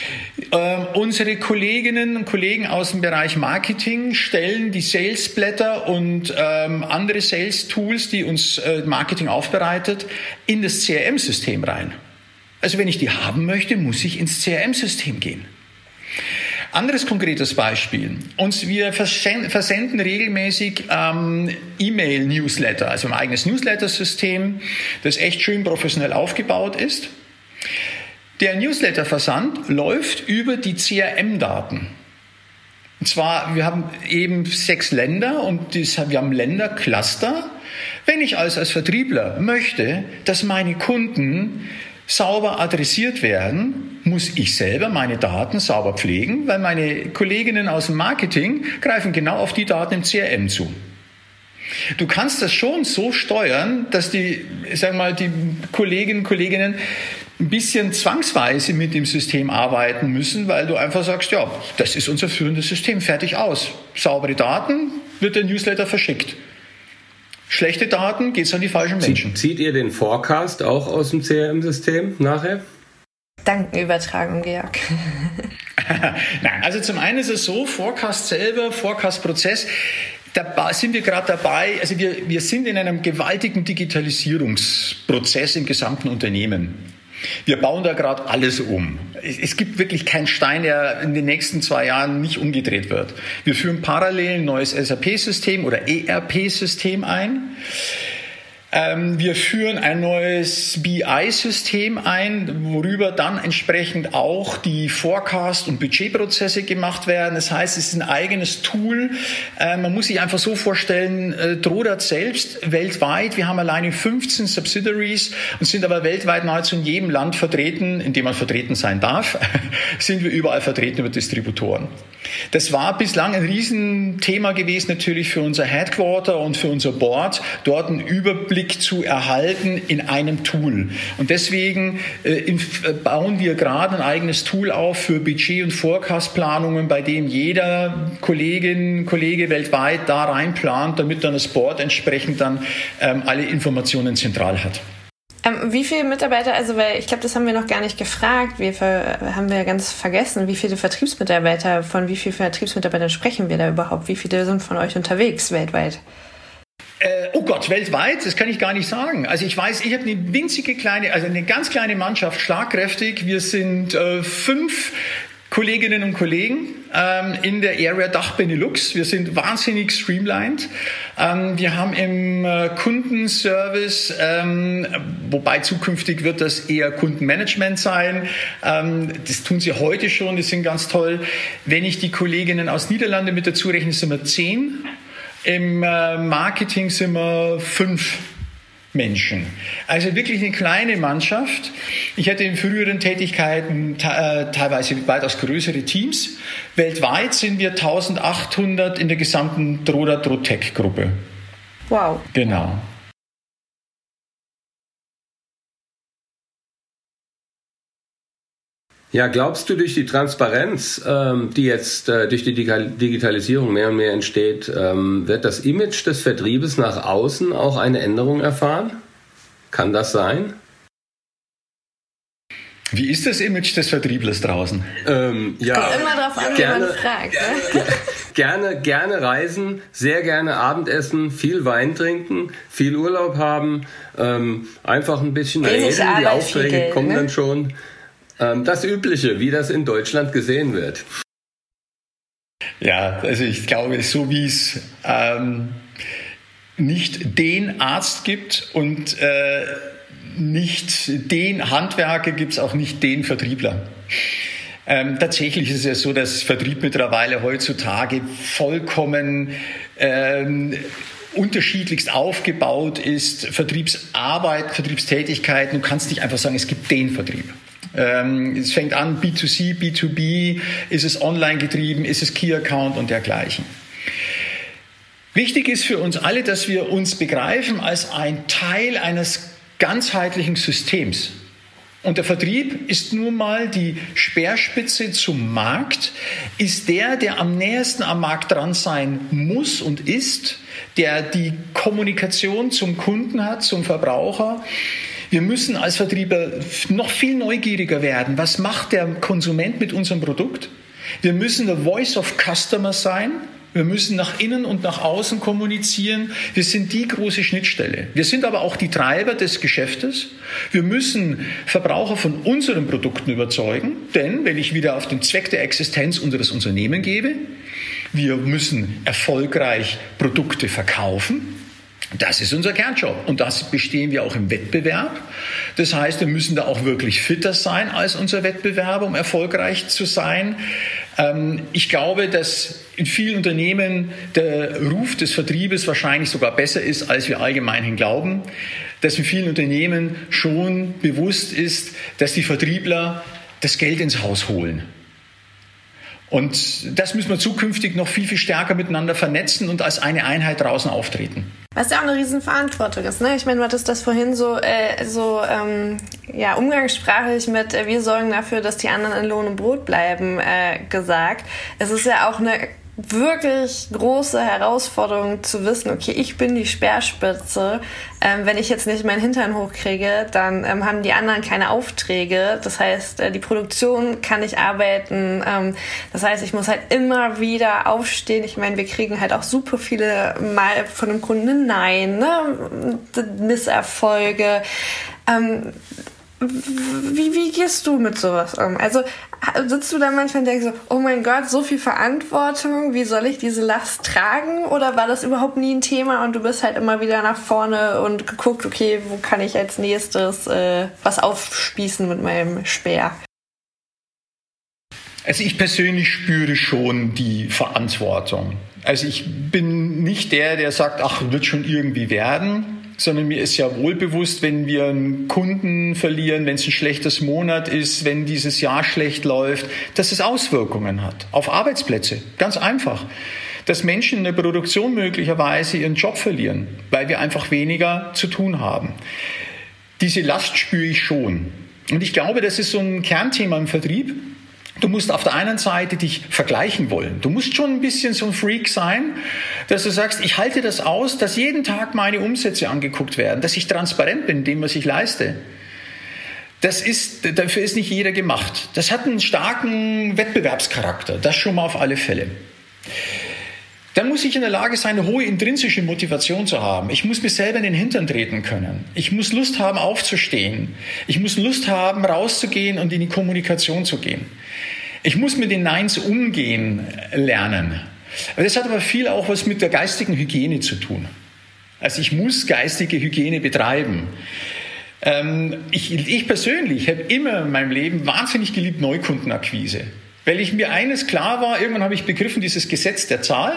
Unsere Kolleginnen und Kollegen aus dem Bereich Marketing stellen die Salesblätter und andere Sales-Tools, die uns Marketing aufbereitet, in das CRM-System rein. Also wenn ich die haben möchte, muss ich ins CRM-System gehen. Anderes konkretes Beispiel. Wir versenden regelmäßig E-Mail-Newsletter, also ein eigenes Newsletter-System, das echt schön professionell aufgebaut ist. Der Newsletter-Versand läuft über die CRM-Daten. Und zwar, wir haben eben 6 Länder und wir haben Ländercluster. Wenn ich als Vertriebler möchte, dass meine Kunden sauber adressiert werden, muss ich selber meine Daten sauber pflegen, weil meine Kolleginnen aus dem Marketing greifen genau auf die Daten im CRM zu. Du kannst das schon so steuern, dass die Kolleginnen und Kolleginnen ein bisschen zwangsweise mit dem System arbeiten müssen, weil du einfach sagst, ja, das ist unser führendes System, fertig aus. Saubere Daten, wird der Newsletter verschickt. Schlechte Daten, geht es an die falschen Menschen. Zieht ihr den Forecast auch aus dem CRM-System nachher? Dankenübertragung, Georg. Nein, also zum einen ist es so, Forecast selber, Forecast-Prozess, da sind wir gerade dabei, also wir sind in einem gewaltigen Digitalisierungsprozess im gesamten Unternehmen. Wir bauen da gerade alles um. Es gibt wirklich keinen Stein, der in den nächsten 2 Jahren nicht umgedreht wird. Wir führen parallel ein neues SAP-System oder ERP-System ein. Wir führen ein neues BI-System ein, worüber dann entsprechend auch die Forecast- und Budgetprozesse gemacht werden. Das heißt, es ist ein eigenes Tool. Man muss sich einfach so vorstellen, Drodat selbst weltweit, wir haben alleine 15 Subsidiaries und sind aber weltweit nahezu in jedem Land vertreten, in dem man vertreten sein darf, sind wir überall vertreten über Distributoren. Das war bislang ein Riesenthema gewesen natürlich für unser Headquarter und für unser Board, dort einen Überblick zu erhalten in einem Tool. Und deswegen bauen wir gerade ein eigenes Tool auf für Budget- und Forecast-Planungen, bei dem jeder Kollege weltweit da reinplant, damit dann das Board entsprechend dann alle Informationen zentral hat. Wie viele Mitarbeiter, weil ich glaube, das haben wir noch gar nicht gefragt, haben wir ganz vergessen, wie viele Vertriebsmitarbeiter, von wie vielen Vertriebsmitarbeitern sprechen wir da überhaupt? Wie viele sind von euch unterwegs weltweit? Oh Gott, weltweit? Das kann ich gar nicht sagen. Also ich weiß, ich habe eine ganz kleine Mannschaft, schlagkräftig. Wir sind 5 Kolleginnen und Kollegen in der Area Dach Benelux. Wir sind wahnsinnig streamlined. Wir haben im Kundenservice, wobei zukünftig wird das eher Kundenmanagement sein. Das tun sie heute schon, die sind ganz toll. Wenn ich die Kolleginnen aus Niederlande mit dazu rechne, sind wir 10. Im Marketing sind wir 5 Menschen. Also wirklich eine kleine Mannschaft. Ich hatte in früheren Tätigkeiten teilweise weitaus größere Teams. Weltweit sind wir 1800 in der gesamten Drodat Drotec-Gruppe. Wow. Genau. Ja, glaubst du, durch die Transparenz, die jetzt durch die Digitalisierung mehr und mehr entsteht, wird das Image des Vertriebes nach außen auch eine Änderung erfahren? Kann das sein? Wie ist das Image des Vertrieblers draußen? Ja, kommt immer drauf an, wie man fragt. Ne? Gerne reisen, sehr gerne Abendessen, viel Wein trinken, viel Urlaub haben, einfach ein bisschen reden, die Aufträge kommen dann schon. Das Übliche, wie das in Deutschland gesehen wird. Ja, also ich glaube, so wie es nicht den Arzt gibt und nicht den Handwerker, gibt es auch nicht den Vertriebler. Tatsächlich ist es ja so, dass Vertrieb mittlerweile heutzutage vollkommen unterschiedlichst aufgebaut ist. Vertriebsarbeit, Vertriebstätigkeiten, du kannst nicht einfach sagen, es gibt den Vertrieb. Es fängt an B2C, B2B, ist es online getrieben, ist es Key Account und dergleichen. Wichtig ist für uns alle, dass wir uns begreifen als ein Teil eines ganzheitlichen Systems. Und der Vertrieb ist nun mal die Speerspitze zum Markt, ist der am nächsten am Markt dran sein muss und ist, der die Kommunikation zum Kunden hat, zum Verbraucher. Wir müssen als Vertriebler noch viel neugieriger werden. Was macht der Konsument mit unserem Produkt? Wir müssen der Voice of Customer sein. Wir müssen nach innen und nach außen kommunizieren. Wir sind die große Schnittstelle. Wir sind aber auch die Treiber des Geschäftes. Wir müssen Verbraucher von unseren Produkten überzeugen. Denn wenn ich wieder auf den Zweck der Existenz unseres Unternehmens gebe, wir müssen erfolgreich Produkte verkaufen. Das ist unser Kernjob und das bestehen wir auch im Wettbewerb. Das heißt, wir müssen da auch wirklich fitter sein als unser Wettbewerber, um erfolgreich zu sein. Ich glaube, dass in vielen Unternehmen der Ruf des Vertriebes wahrscheinlich sogar besser ist, als wir allgemein glauben. Dass in vielen Unternehmen schon bewusst ist, dass die Vertriebler das Geld ins Haus holen. Und das müssen wir zukünftig noch viel, viel stärker miteinander vernetzen und als eine Einheit draußen auftreten. Was ja auch eine Riesenverantwortung ist, ne? Ich meine, du hattest das vorhin umgangssprachlich mit wir sorgen dafür, dass die anderen in Lohn und Brot bleiben, gesagt. Es ist ja auch eine wirklich große Herausforderung zu wissen, okay, ich bin die Speerspitze. Wenn ich jetzt nicht meinen Hintern hochkriege, dann haben die anderen keine Aufträge. Das heißt, die Produktion kann nicht arbeiten. Das heißt, ich muss halt immer wieder aufstehen. Ich meine, wir kriegen halt auch super viele Mal von dem Kunden Nein, ne? Misserfolge. Wie gehst du mit sowas um? Also sitzt du da manchmal und denkst so, oh mein Gott, so viel Verantwortung, wie soll ich diese Last tragen? Oder war das überhaupt nie ein Thema und du bist halt immer wieder nach vorne und geguckt, okay, wo kann ich als nächstes was aufspießen mit meinem Speer? Also ich persönlich spüre schon die Verantwortung. Also ich bin nicht der sagt, ach, wird schon irgendwie werden, sondern mir ist ja wohl bewusst, wenn wir einen Kunden verlieren, wenn es ein schlechtes Monat ist, wenn dieses Jahr schlecht läuft, dass es Auswirkungen hat auf Arbeitsplätze. Ganz einfach. Dass Menschen in der Produktion möglicherweise ihren Job verlieren, weil wir einfach weniger zu tun haben. Diese Last spüre ich schon. Und ich glaube, das ist so ein Kernthema im Vertrieb. Du musst auf der einen Seite dich vergleichen wollen. Du musst schon ein bisschen so ein Freak sein, dass du sagst, ich halte das aus, dass jeden Tag meine Umsätze angeguckt werden, dass ich transparent bin in dem, was ich leiste. Dafür ist nicht jeder gemacht. Das hat einen starken Wettbewerbscharakter, das schon mal auf alle Fälle. Dann muss ich in der Lage sein, eine hohe intrinsische Motivation zu haben. Ich muss mir selber in den Hintern treten können. Ich muss Lust haben, aufzustehen. Ich muss Lust haben, rauszugehen und in die Kommunikation zu gehen. Ich muss mit den Neins umgehen lernen. Das hat aber viel auch was mit der geistigen Hygiene zu tun. Also ich muss geistige Hygiene betreiben. Ich persönlich habe immer in meinem Leben wahnsinnig geliebt Neukundenakquise. Weil mir eines klar war, irgendwann habe ich begriffen, dieses Gesetz der Zahl.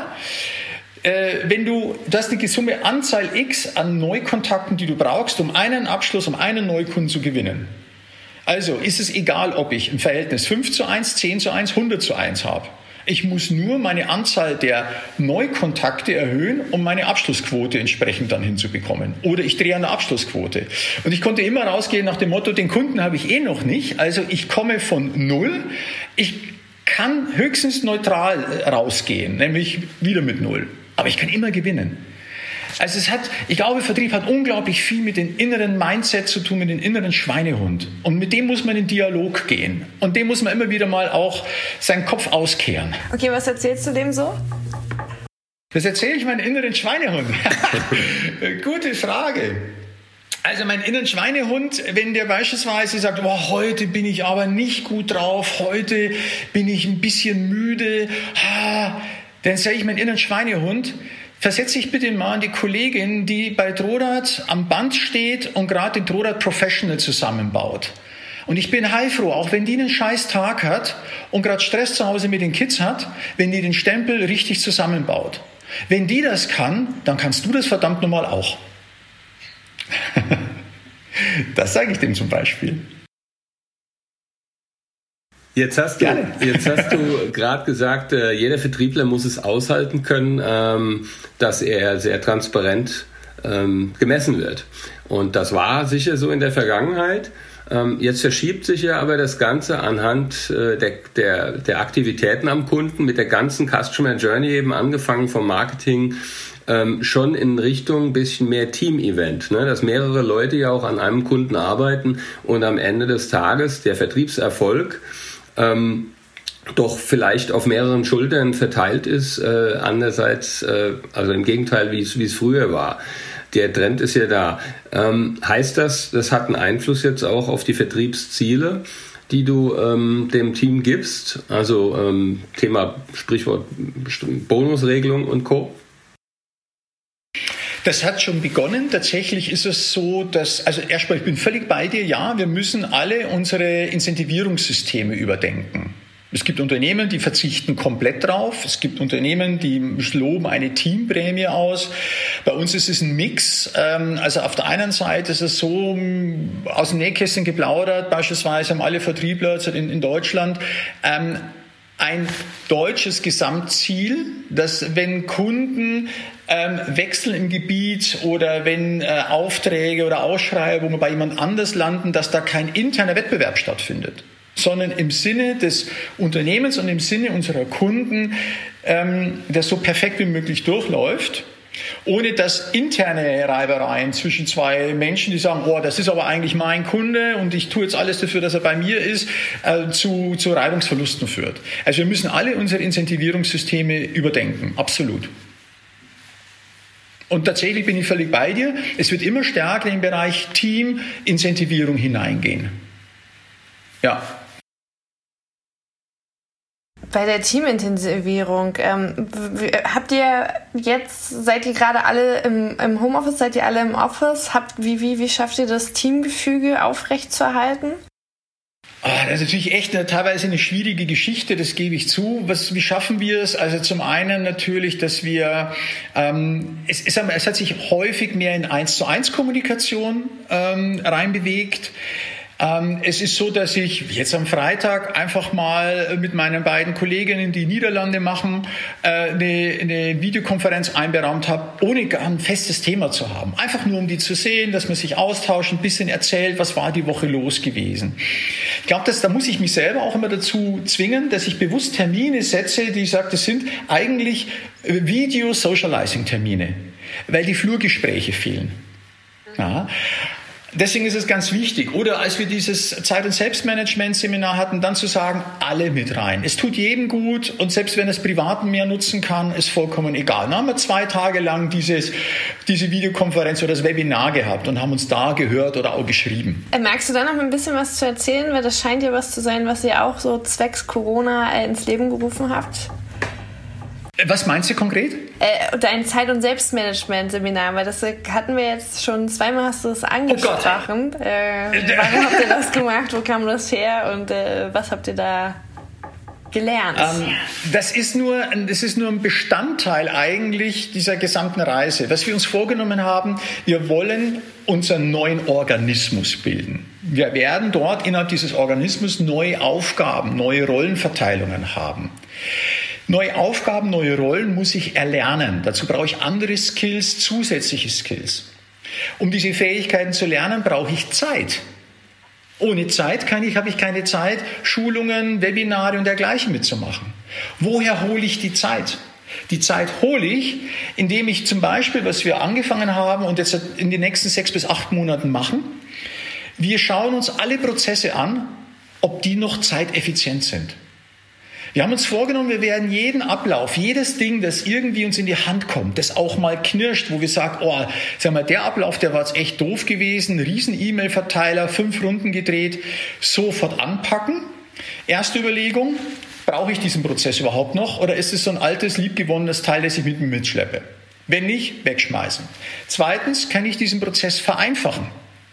Du hast eine Summe Anzahl X an Neukontakten, die du brauchst, um einen Abschluss, um einen Neukunden zu gewinnen. Also ist es egal, ob ich im Verhältnis 5:1, 10:1, 100:1 habe. Ich muss nur meine Anzahl der Neukontakte erhöhen, um meine Abschlussquote entsprechend dann hinzubekommen. Oder ich drehe an der Abschlussquote. Und ich konnte immer rausgehen nach dem Motto, den Kunden habe ich noch nicht. Also ich komme von 0. Ich kann höchstens neutral rausgehen, nämlich wieder mit 0. Aber ich kann immer gewinnen. Also ich glaube, Vertrieb hat unglaublich viel mit dem inneren Mindset zu tun, mit dem inneren Schweinehund. Und mit dem muss man in Dialog gehen. Und dem muss man immer wieder mal auch seinen Kopf auskehren. Okay, was erzählst du dem so? Das erzähle ich meinen inneren Schweinehund. Gute Frage. Also mein inneren Schweinehund, wenn der beispielsweise sagt, heute bin ich aber nicht gut drauf, heute bin ich ein bisschen müde, dann sage ich meinen inneren Schweinehund, versetze ich bitte mal an die Kollegin, die bei Drodat am Band steht und gerade den Drodat Professional zusammenbaut. Und ich bin heilfroh, auch wenn die einen scheiß Tag hat und gerade Stress zu Hause mit den Kids hat, wenn die den Stempel richtig zusammenbaut. Wenn die das kann, dann kannst du das verdammt nochmal auch. Das sage ich dem zum Beispiel. Jetzt hast du gerade gesagt, jeder Vertriebler muss es aushalten können, dass er sehr transparent gemessen wird. Und das war sicher so in der Vergangenheit. Jetzt verschiebt sich ja aber das Ganze anhand der Aktivitäten am Kunden mit der ganzen Customer Journey, eben angefangen vom Marketing, schon in Richtung ein bisschen mehr Team-Event, ne? Dass mehrere Leute ja auch an einem Kunden arbeiten und am Ende des Tages der Vertriebserfolg doch vielleicht auf mehreren Schultern verteilt ist, andererseits, also im Gegenteil, wie es früher war. Der Trend ist ja da. Heißt das hat einen Einfluss jetzt auch auf die Vertriebsziele, die du dem Team gibst? Also Thema Sprichwort Bonusregelung und Co.? Das hat schon begonnen. Tatsächlich ist es so, also erstmal, ich bin völlig bei dir, ja, wir müssen alle unsere Incentivierungssysteme überdenken. Es gibt Unternehmen, die verzichten komplett drauf. Es gibt Unternehmen, die loben eine Teamprämie aus. Bei uns ist es ein Mix. Also auf der einen Seite ist es so, aus dem Nähkästchen geplaudert, beispielsweise haben alle Vertriebler in Deutschland ein deutsches Gesamtziel, dass wenn Kunden wechseln im Gebiet oder wenn Aufträge oder Ausschreibungen bei jemand anders landen, dass da kein interner Wettbewerb stattfindet, sondern im Sinne des Unternehmens und im Sinne unserer Kunden, das so perfekt wie möglich durchläuft, ohne dass interne Reibereien zwischen zwei Menschen, die sagen, das ist aber eigentlich mein Kunde und ich tue jetzt alles dafür, dass er bei mir ist, zu Reibungsverlusten führt. Also wir müssen alle unsere Incentivierungssysteme überdenken, absolut. Und tatsächlich bin ich völlig bei dir, es wird immer stärker in den Bereich Team-Incentivierung hineingehen. Ja. Bei der Teamintensivierung, habt ihr jetzt, seid ihr gerade alle im Homeoffice, seid ihr alle im Office? Wie schafft ihr das Teamgefüge aufrechtzuerhalten? Das ist natürlich echt teilweise eine schwierige Geschichte, das gebe ich zu. Wie schaffen wir es? Also zum einen natürlich, dass wir, es hat sich häufig mehr in 1:1 Kommunikation reinbewegt. Es ist so, dass ich jetzt am Freitag einfach mal mit meinen beiden Kolleginnen, die Niederlande machen, eine Videokonferenz einberaumt habe, ohne gar ein festes Thema zu haben. Einfach nur, um die zu sehen, dass man sich austauscht, ein bisschen erzählt, was war die Woche los gewesen. Ich glaube, da muss ich mich selber auch immer dazu zwingen, dass ich bewusst Termine setze, die ich sage, das sind eigentlich Video-Socializing-Termine, weil die Flurgespräche fehlen. Ja. Deswegen ist es ganz wichtig. Oder als wir dieses Zeit- und Selbstmanagement-Seminar hatten, dann zu sagen, alle mit rein. Es tut jedem gut und selbst wenn es Privaten mehr nutzen kann, ist vollkommen egal. Dann haben wir 2 Tage lang diese Videokonferenz oder das Webinar gehabt und haben uns da gehört oder auch geschrieben. Magst du da noch ein bisschen was zu erzählen? Weil das scheint ja was zu sein, was ihr auch so zwecks Corona ins Leben gerufen habt. Was meinst du konkret? Dein Zeit- und Selbstmanagement-Seminar, weil das hatten wir jetzt schon zweimal, hast du das angesprochen. Warum habt ihr das gemacht? Wo kam das her? Und was habt ihr da gelernt? Das ist nur ein Bestandteil eigentlich dieser gesamten Reise. Was wir uns vorgenommen haben, wir wollen unseren neuen Organismus bilden. Wir werden dort innerhalb dieses Organismus neue Aufgaben, neue Rollenverteilungen haben. Neue Aufgaben, neue Rollen muss ich erlernen. Dazu brauche ich andere Skills, zusätzliche Skills. Um diese Fähigkeiten zu lernen, brauche ich Zeit. Ohne Zeit habe ich keine Zeit, Schulungen, Webinare und dergleichen mitzumachen. Woher hole ich die Zeit? Die Zeit hole ich, indem ich zum Beispiel, was wir angefangen haben und jetzt in den nächsten 6 bis 8 Monaten machen, wir schauen uns alle Prozesse an, ob die noch zeiteffizient sind. Wir haben uns vorgenommen, wir werden jeden Ablauf, jedes Ding, das irgendwie uns in die Hand kommt, das auch mal knirscht, wo wir sagen, der Ablauf, der war jetzt echt doof gewesen, riesen E-Mail-Verteiler, 5 Runden gedreht, sofort anpacken. Erste Überlegung, brauche ich diesen Prozess überhaupt noch oder ist es so ein altes, liebgewonnenes Teil, das ich mit mir mitschleppe? Wenn nicht, wegschmeißen. Zweitens, kann ich diesen Prozess vereinfachen?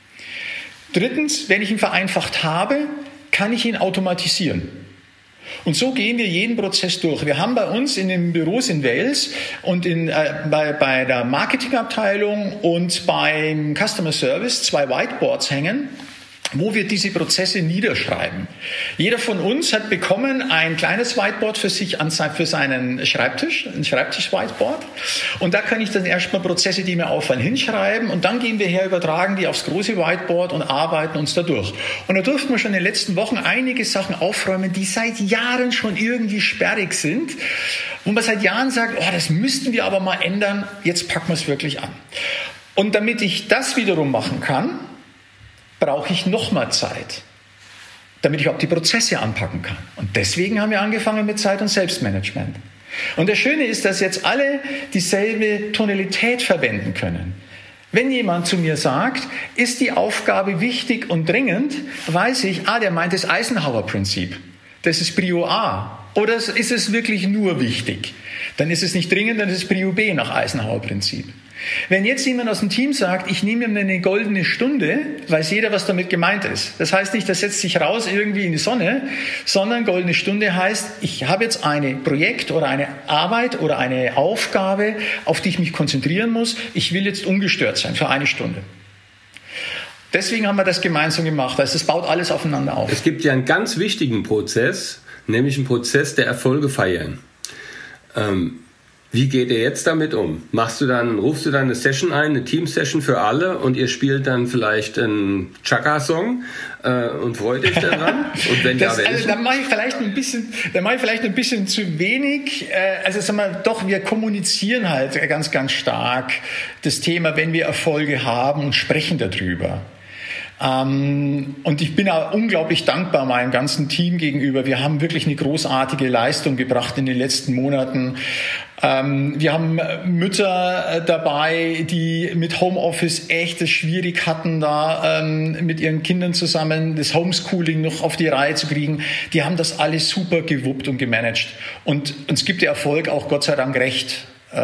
Drittens, wenn ich ihn vereinfacht habe, kann ich ihn automatisieren. Und so gehen wir jeden Prozess durch. Wir haben bei uns in den Büros in Wales und bei der Marketingabteilung und beim Customer Service 2 Whiteboards hängen, wo wir diese Prozesse niederschreiben. Jeder von uns hat bekommen ein kleines Whiteboard für seinen Schreibtisch, ein Schreibtisch-Whiteboard. Und da kann ich dann erstmal Prozesse, die mir auffallen, hinschreiben. Und dann gehen wir her, übertragen die aufs große Whiteboard und arbeiten uns da durch. Und da durften wir schon in den letzten Wochen einige Sachen aufräumen, die seit Jahren schon irgendwie sperrig sind. Wo man seit Jahren sagt, das müssten wir aber mal ändern. Jetzt packen wir es wirklich an. Und damit ich das wiederum machen kann, brauche ich nochmal Zeit, damit ich auch die Prozesse anpacken kann. Und deswegen haben wir angefangen mit Zeit- und Selbstmanagement. Und das Schöne ist, dass jetzt alle dieselbe Tonalität verwenden können. Wenn jemand zu mir sagt, ist die Aufgabe wichtig und dringend, weiß ich, der meint das Eisenhower-Prinzip. Das ist Prio A. Oder ist es wirklich nur wichtig? Dann ist es nicht dringend, dann ist es Prio B nach Eisenhower-Prinzip. Wenn jetzt jemand aus dem Team sagt, ich nehme mir eine goldene Stunde, weiß jeder, was damit gemeint ist. Das heißt nicht, das setzt sich raus irgendwie in die Sonne, sondern goldene Stunde heißt, ich habe jetzt ein Projekt oder eine Arbeit oder eine Aufgabe, auf die ich mich konzentrieren muss. Ich will jetzt ungestört sein für 1 Stunde. Deswegen haben wir das gemeinsam gemacht. Also es baut alles aufeinander auf. Es gibt ja einen ganz wichtigen Prozess, nämlich einen Prozess der Erfolge feiern. Wie geht ihr jetzt damit um? Rufst du dann eine Session ein, eine Team-Session für alle und ihr spielt dann vielleicht einen Chaka-Song und freut euch daran? Und wenn dann mache ich vielleicht ein bisschen zu wenig. Wir kommunizieren halt ganz, ganz stark das Thema, wenn wir Erfolge haben und sprechen darüber. Und ich bin auch unglaublich dankbar meinem ganzen Team gegenüber. Wir haben wirklich eine großartige Leistung gebracht in den letzten Monaten. Wir haben Mütter dabei, die mit Homeoffice echt es schwierig hatten, da mit ihren Kindern zusammen das Homeschooling noch auf die Reihe zu kriegen. Die haben das alles super gewuppt und gemanagt. Und uns gibt der Erfolg auch Gott sei Dank recht.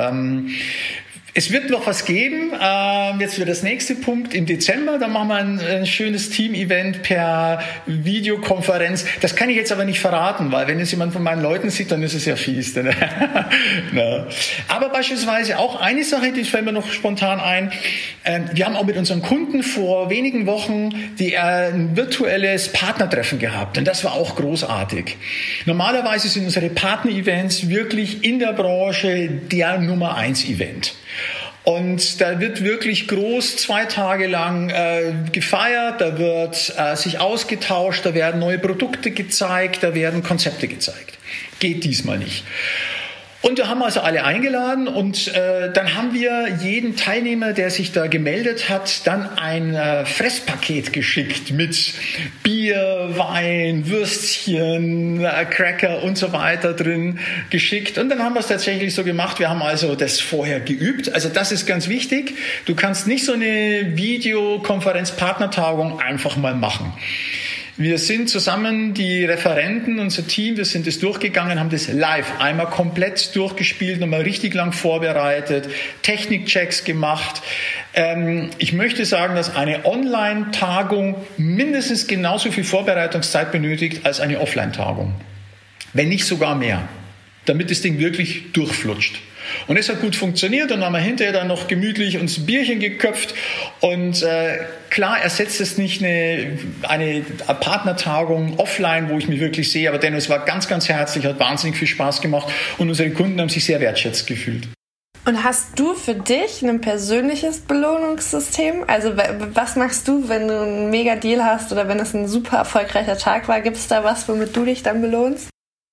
Es wird noch was geben. Jetzt wird das nächste Punkt im Dezember. Da machen wir ein schönes Team-Event per Videokonferenz. Das kann ich jetzt aber nicht verraten, weil wenn es jemand von meinen Leuten sieht, dann ist es ja fies. Na. Aber beispielsweise auch eine Sache, die fällt mir noch spontan ein. Wir haben auch mit unseren Kunden vor wenigen Wochen ein virtuelles Partnertreffen gehabt. Und das war auch großartig. Normalerweise sind unsere Partner-Events wirklich in der Branche der Nummer 1 Event. Und da wird wirklich groß 2 Tage lang gefeiert, da wird sich ausgetauscht, da werden neue Produkte gezeigt, da werden Konzepte gezeigt. Geht diesmal nicht. Und wir haben also alle eingeladen und dann haben wir jeden Teilnehmer, der sich da gemeldet hat, dann ein Fresspaket geschickt mit Bier, Wein, Würstchen, Cracker und so weiter drin geschickt. Und dann haben wir es tatsächlich so gemacht. Wir haben also das vorher geübt. Also das ist ganz wichtig. Du kannst nicht so eine Videokonferenz-Partnertagung einfach mal machen. Wir sind zusammen, die Referenten, unser Team, wir sind das durchgegangen, haben das live einmal komplett durchgespielt, nochmal richtig lang vorbereitet, Technikchecks gemacht. Ich möchte sagen, dass eine Online-Tagung mindestens genauso viel Vorbereitungszeit benötigt als eine Offline-Tagung. Wenn nicht sogar mehr, damit das Ding wirklich durchflutscht. Und es hat gut funktioniert und haben wir hinterher dann noch gemütlich uns ein Bierchen geköpft. Und klar ersetzt es nicht eine Partnertagung offline, wo ich mich wirklich sehe, aber dennoch, es war ganz, ganz herzlich, hat wahnsinnig viel Spaß gemacht und unsere Kunden haben sich sehr wertschätzt gefühlt. Und hast du für dich ein persönliches Belohnungssystem? Also was machst du, wenn du einen Mega-Deal hast oder wenn es ein super erfolgreicher Tag war? Gibt es da was, womit du dich dann belohnst?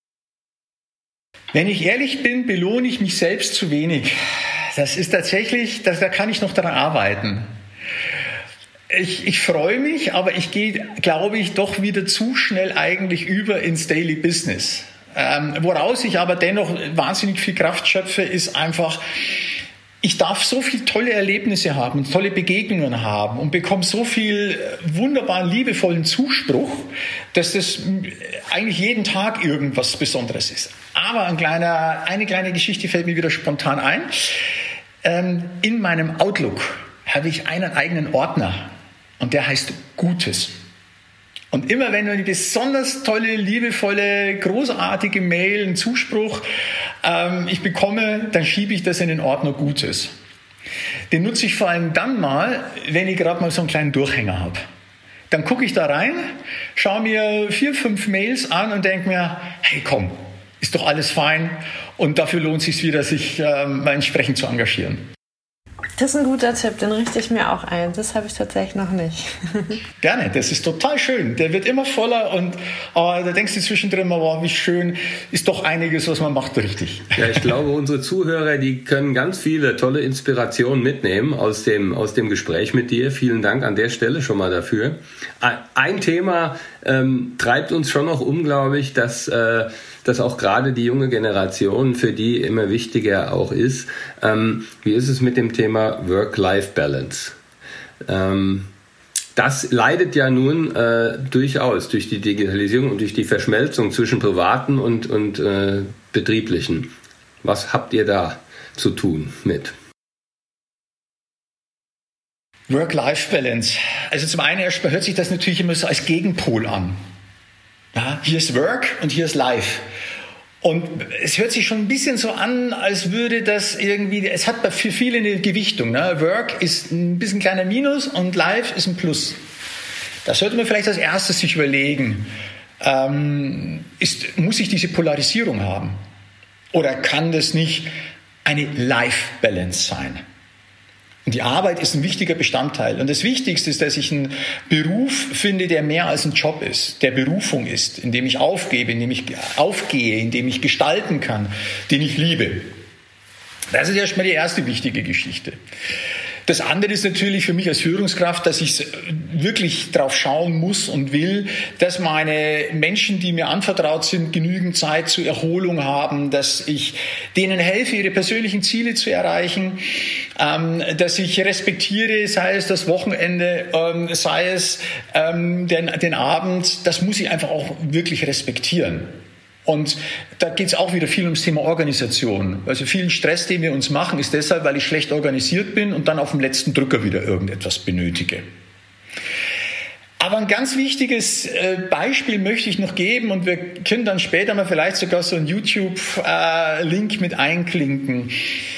Wenn ich ehrlich bin, belohne ich mich selbst zu wenig. Das ist tatsächlich, da kann ich noch daran arbeiten. Ich freue mich, aber ich gehe, glaube ich, doch wieder zu schnell eigentlich über ins Daily Business. Woraus ich aber dennoch wahnsinnig viel Kraft schöpfe, ist einfach, ich darf so viele tolle Erlebnisse haben, tolle Begegnungen haben und bekomme so viel wunderbaren, liebevollen Zuspruch, dass das eigentlich jeden Tag irgendwas Besonderes ist. Aber eine kleine Geschichte fällt mir wieder spontan ein. In meinem Outlook habe ich einen eigenen Ordner und der heißt Gutes. Und immer wenn eine besonders tolle, liebevolle, großartige Mail, einen Zuspruch ich bekomme, dann schiebe ich das in den Ordner Gutes. Den nutze ich vor allem dann mal, wenn ich gerade mal so einen kleinen Durchhänger habe. Dann gucke ich da rein, schaue mir 4, 5 Mails an und denke mir, hey komm, ist doch alles fein und dafür lohnt es sich wieder, sich mal entsprechend zu engagieren. Das ist ein guter Tipp, den richte ich mir auch ein. Das habe ich tatsächlich noch nicht. Gerne, das ist total schön. Der wird immer voller und da denkst du zwischendrin mal, wow, wie schön, ist doch einiges, was man macht, richtig. Ja, ich glaube, unsere Zuhörer, die können ganz viele tolle Inspirationen mitnehmen aus dem Gespräch mit dir. Vielen Dank an der Stelle schon mal dafür. Ein Thema treibt uns schon noch um, glaube ich, dass auch gerade die junge Generation für die immer wichtiger auch ist. Wie ist es mit dem Thema Work-Life-Balance? Das leidet ja nun durchaus durch die Digitalisierung und durch die Verschmelzung zwischen privaten und betrieblichen. Was habt ihr da zu tun mit? Work-Life-Balance. Also zum einen erstmal hört sich das natürlich immer so als Gegenpol an. Ja, hier ist Work und hier ist Life. Und es hört sich schon ein bisschen so an, als würde das irgendwie, es hat für viele eine Gewichtung. Ne? Work ist ein bisschen kleiner Minus und Life ist ein Plus. Das sollte man vielleicht als erstes sich überlegen. Muss ich diese Polarisierung haben? Oder kann das nicht eine Life-Balance sein? Und die Arbeit ist ein wichtiger Bestandteil. Und das Wichtigste ist, dass ich einen Beruf finde, der mehr als ein Job ist, der Berufung ist, in dem ich aufgebe, in dem ich aufgehe, in dem ich gestalten kann, den ich liebe. Das ist erstmal die erste wichtige Geschichte. Das andere ist natürlich für mich als Führungskraft, dass ich wirklich drauf schauen muss und will, dass meine Menschen, die mir anvertraut sind, genügend Zeit zur Erholung haben, dass ich denen helfe, ihre persönlichen Ziele zu erreichen, dass ich respektiere, sei es das Wochenende, sei es den Abend, das muss ich einfach auch wirklich respektieren. Und da geht es auch wieder viel ums Thema Organisation. Also viel Stress, den wir uns machen, ist deshalb, weil ich schlecht organisiert bin und dann auf dem letzten Drücker wieder irgendetwas benötige. Aber ein ganz wichtiges Beispiel möchte ich noch geben und wir können dann später mal vielleicht sogar so einen YouTube-Link mit einklinken.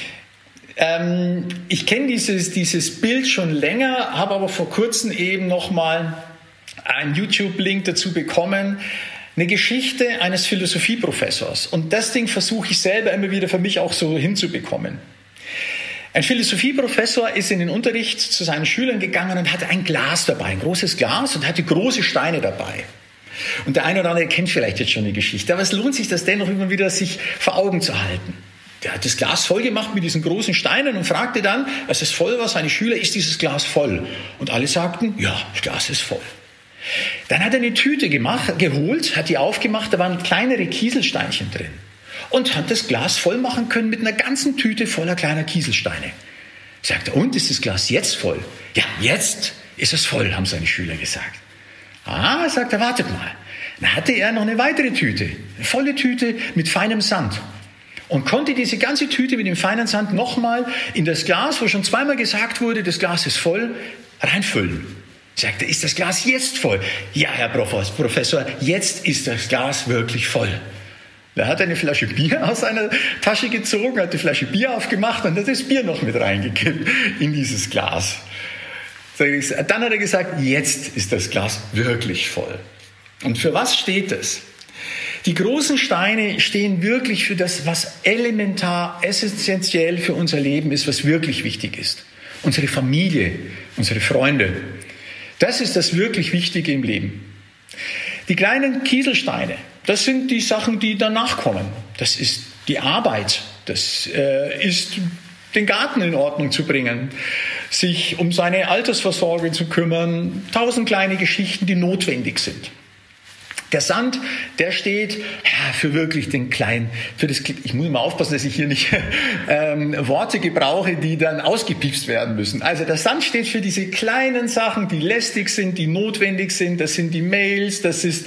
Ich kenne dieses Bild schon länger, habe aber vor kurzem eben nochmal einen YouTube-Link dazu bekommen. Eine Geschichte eines Philosophieprofessors. Und das Ding versuche ich selber immer wieder für mich auch so hinzubekommen. Ein Philosophieprofessor ist in den Unterricht zu seinen Schülern gegangen und hatte ein Glas dabei, ein großes Glas und hatte große Steine dabei. Und der eine oder andere kennt vielleicht jetzt schon die Geschichte, aber es lohnt sich, das dennoch immer wieder sich vor Augen zu halten. Der hat das Glas voll gemacht mit diesen großen Steinen und fragte dann, als es voll war, seine Schüler, ist dieses Glas voll? Und alle sagten, ja, das Glas ist voll. Dann hat er eine Tüte geholt, hat die aufgemacht, da waren kleinere Kieselsteinchen drin und hat das Glas voll machen können mit einer ganzen Tüte voller kleiner Kieselsteine. Sagt er, und ist das Glas jetzt voll? Ja, jetzt ist es voll, haben seine Schüler gesagt. Ah, sagt er, wartet mal. Dann hatte er noch eine weitere Tüte, eine volle Tüte mit feinem Sand und konnte diese ganze Tüte mit dem feinen Sand nochmal in das Glas, wo schon zweimal gesagt wurde, das Glas ist voll, reinfüllen. Sagt er, ist das Glas jetzt voll? Ja, Herr Professor, jetzt ist das Glas wirklich voll. Da hat er eine Flasche Bier aus seiner Tasche gezogen, hat die Flasche Bier aufgemacht und hat das Bier noch mit reingekippt in dieses Glas. Dann hat er gesagt, jetzt ist das Glas wirklich voll. Und für was steht es? Die großen Steine stehen wirklich für das, was elementar, essentiell für unser Leben ist, was wirklich wichtig ist. Unsere Familie, unsere Freunde. Das ist das wirklich Wichtige im Leben. Die kleinen Kieselsteine, das sind die Sachen, die danach kommen. Das ist die Arbeit. Das ist den Garten in Ordnung zu bringen, sich um seine Altersvorsorge zu kümmern, 1000 kleine Geschichten, die notwendig sind. Der Sand, der steht für wirklich den kleinen, ich muss mal aufpassen, dass ich hier nicht Worte gebrauche, die dann ausgepiepst werden müssen. Also der Sand steht für diese kleinen Sachen, die lästig sind, die notwendig sind. Das sind die Mails, das ist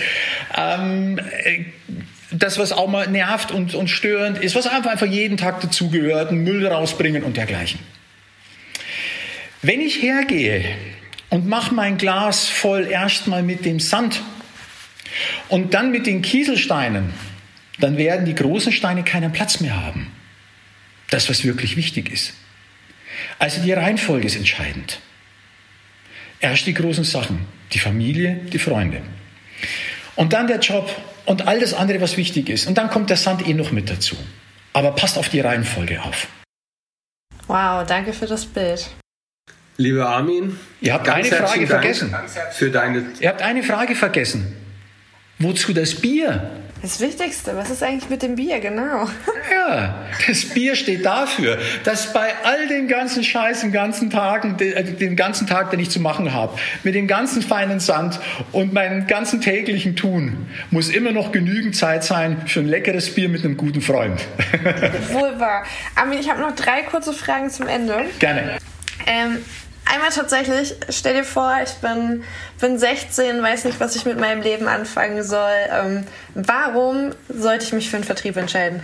das, was auch mal nervt und störend ist, was einfach jeden Tag dazugehört, Müll rausbringen und dergleichen. Wenn ich hergehe und mache mein Glas voll erstmal mit dem Sand und dann mit den Kieselsteinen, dann werden die großen Steine keinen Platz mehr haben. Das, was wirklich wichtig ist. Also die Reihenfolge ist entscheidend. Erst die großen Sachen, die Familie, die Freunde. Und dann der Job und all das andere, was wichtig ist. Und dann kommt der Sand noch mit dazu. Aber passt auf die Reihenfolge auf. Wow, danke für das Bild. Lieber Armin, ihr habt eine Frage vergessen. Ihr habt eine Frage vergessen. Wozu das Bier? Das Wichtigste, was ist eigentlich mit dem Bier, genau? Ja, das Bier steht dafür, dass bei all dem ganzen Scheiß den ganzen Tag, den ich zu machen habe, mit dem ganzen feinen Sand und meinem ganzen täglichen Tun, muss immer noch genügend Zeit sein für ein leckeres Bier mit einem guten Freund. Wohl wahr. Armin, ich habe noch 3 kurze Fragen zum Ende. Gerne. Einmal tatsächlich, stell dir vor, ich bin 16, weiß nicht, was ich mit meinem Leben anfangen soll. Warum sollte ich mich für einen Vertrieb entscheiden?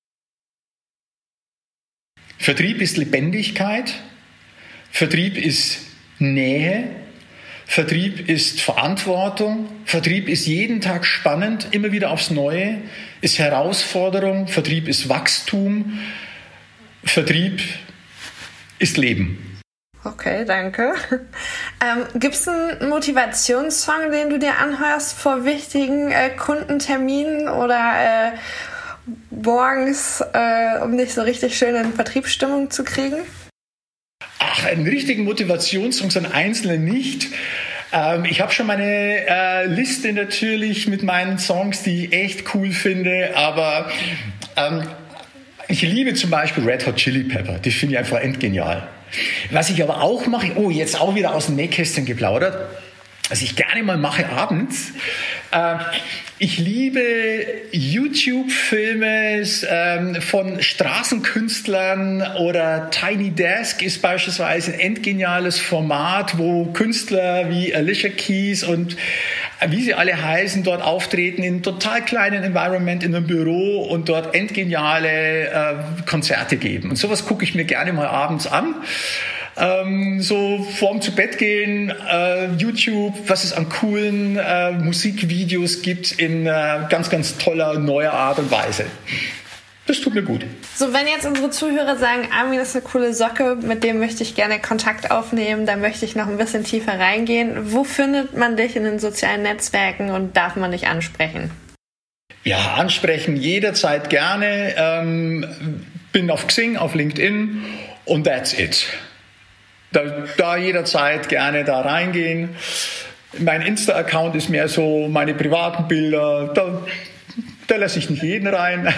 Vertrieb ist Lebendigkeit. Vertrieb ist Nähe. Vertrieb ist Verantwortung. Vertrieb ist jeden Tag spannend, immer wieder aufs Neue. Ist Herausforderung. Vertrieb ist Wachstum. Vertrieb ist Leben. Okay, danke. Gibt es einen Motivationssong, den du dir anhörst vor wichtigen Kundenterminen oder morgens, um dich so richtig schön in Vertriebsstimmung zu kriegen? Ach, einen richtigen Motivationssong, so einen einzelnen nicht. Ich habe schon meine Liste natürlich mit meinen Songs, die ich echt cool finde, aber ich liebe zum Beispiel Red Hot Chili Pepper. Die finde ich einfach endgenial. Was ich aber auch mache, jetzt auch wieder aus dem Nähkästchen geplaudert, was ich gerne mal mache abends, ich liebe YouTube-Filme von Straßenkünstlern oder Tiny Desk ist beispielsweise ein endgeniales Format, wo Künstler wie Alicia Keys und wie sie alle heißen, dort auftreten in total kleinen Environment in einem Büro und dort endgeniale Konzerte geben. Und sowas gucke ich mir gerne mal abends an. So vorm zu Bett gehen, YouTube, was es an coolen Musikvideos gibt in ganz, ganz toller, neuer Art und Weise. Das tut mir gut. So, wenn jetzt unsere Zuhörer sagen, Armin ist eine coole Socke, mit dem möchte ich gerne Kontakt aufnehmen, da möchte ich noch ein bisschen tiefer reingehen. Wo findet man dich in den sozialen Netzwerken und darf man dich ansprechen? Ja, ansprechen jederzeit gerne. Bin auf Xing, auf LinkedIn und that's it. Da jederzeit gerne da reingehen. Mein Insta-Account ist mehr so meine privaten Bilder. Da lasse ich nicht jeden rein.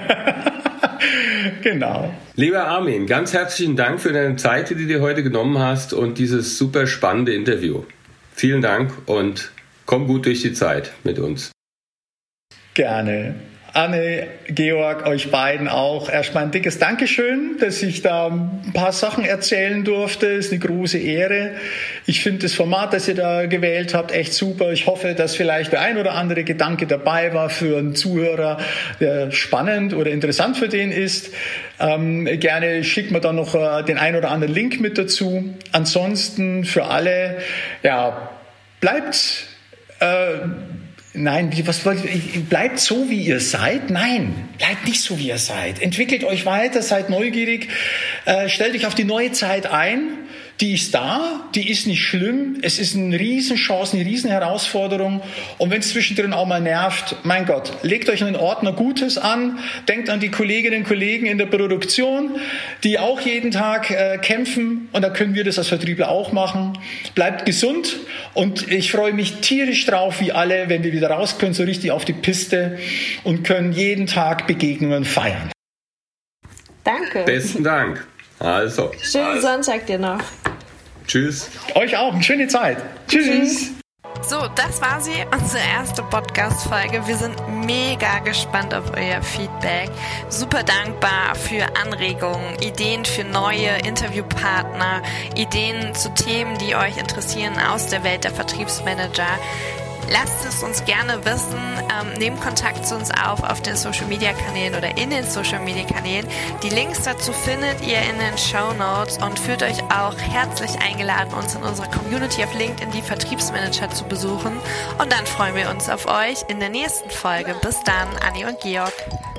Genau. Lieber Armin, ganz herzlichen Dank für deine Zeit, die du dir heute genommen hast und dieses super spannende Interview. Vielen Dank und komm gut durch die Zeit mit uns. Gerne. Anne, Georg, euch beiden auch erstmal ein dickes Dankeschön, dass ich da ein paar Sachen erzählen durfte. Ist eine große Ehre. Ich finde das Format, das ihr da gewählt habt, echt super. Ich hoffe, dass vielleicht der ein oder andere Gedanke dabei war für einen Zuhörer, der spannend oder interessant für den ist. Gerne schickt mir dann noch den ein oder anderen Link mit dazu. Ansonsten für alle, ja, bleibt Nein, bleibt so, wie ihr seid? Nein, bleibt nicht so, wie ihr seid. Entwickelt euch weiter, seid neugierig, stellt euch auf die neue Zeit ein. Die ist da, die ist nicht schlimm. Es ist eine Riesenchance, eine Riesenherausforderung. Und wenn es zwischendrin auch mal nervt, mein Gott, legt euch einen Ordner Gutes an, denkt an die Kolleginnen und Kollegen in der Produktion, die auch jeden Tag kämpfen. Und da können wir das als Vertriebler auch machen. Bleibt gesund und ich freue mich tierisch drauf, wie alle, wenn wir wieder raus können, so richtig auf die Piste und können jeden Tag Begegnungen feiern. Danke. Besten Dank. Also. Schönen Sonntag dir noch. Tschüss. Euch auch. Eine schöne Zeit. Tschüss. So, das war sie, unsere erste Podcast-Folge. Wir sind mega gespannt auf euer Feedback. Super dankbar für Anregungen, Ideen für neue Interviewpartner, Ideen zu Themen, die euch interessieren aus der Welt der Vertriebsmanager. Lasst es uns gerne wissen. Nehmt Kontakt zu uns auf den Social-Media-Kanälen oder in den Social-Media-Kanälen. Die Links dazu findet ihr in den Shownotes und fühlt euch auch herzlich eingeladen, uns in unserer Community auf LinkedIn, die Vertriebsmanager, zu besuchen. Und dann freuen wir uns auf euch in der nächsten Folge. Bis dann, Anni und Georg.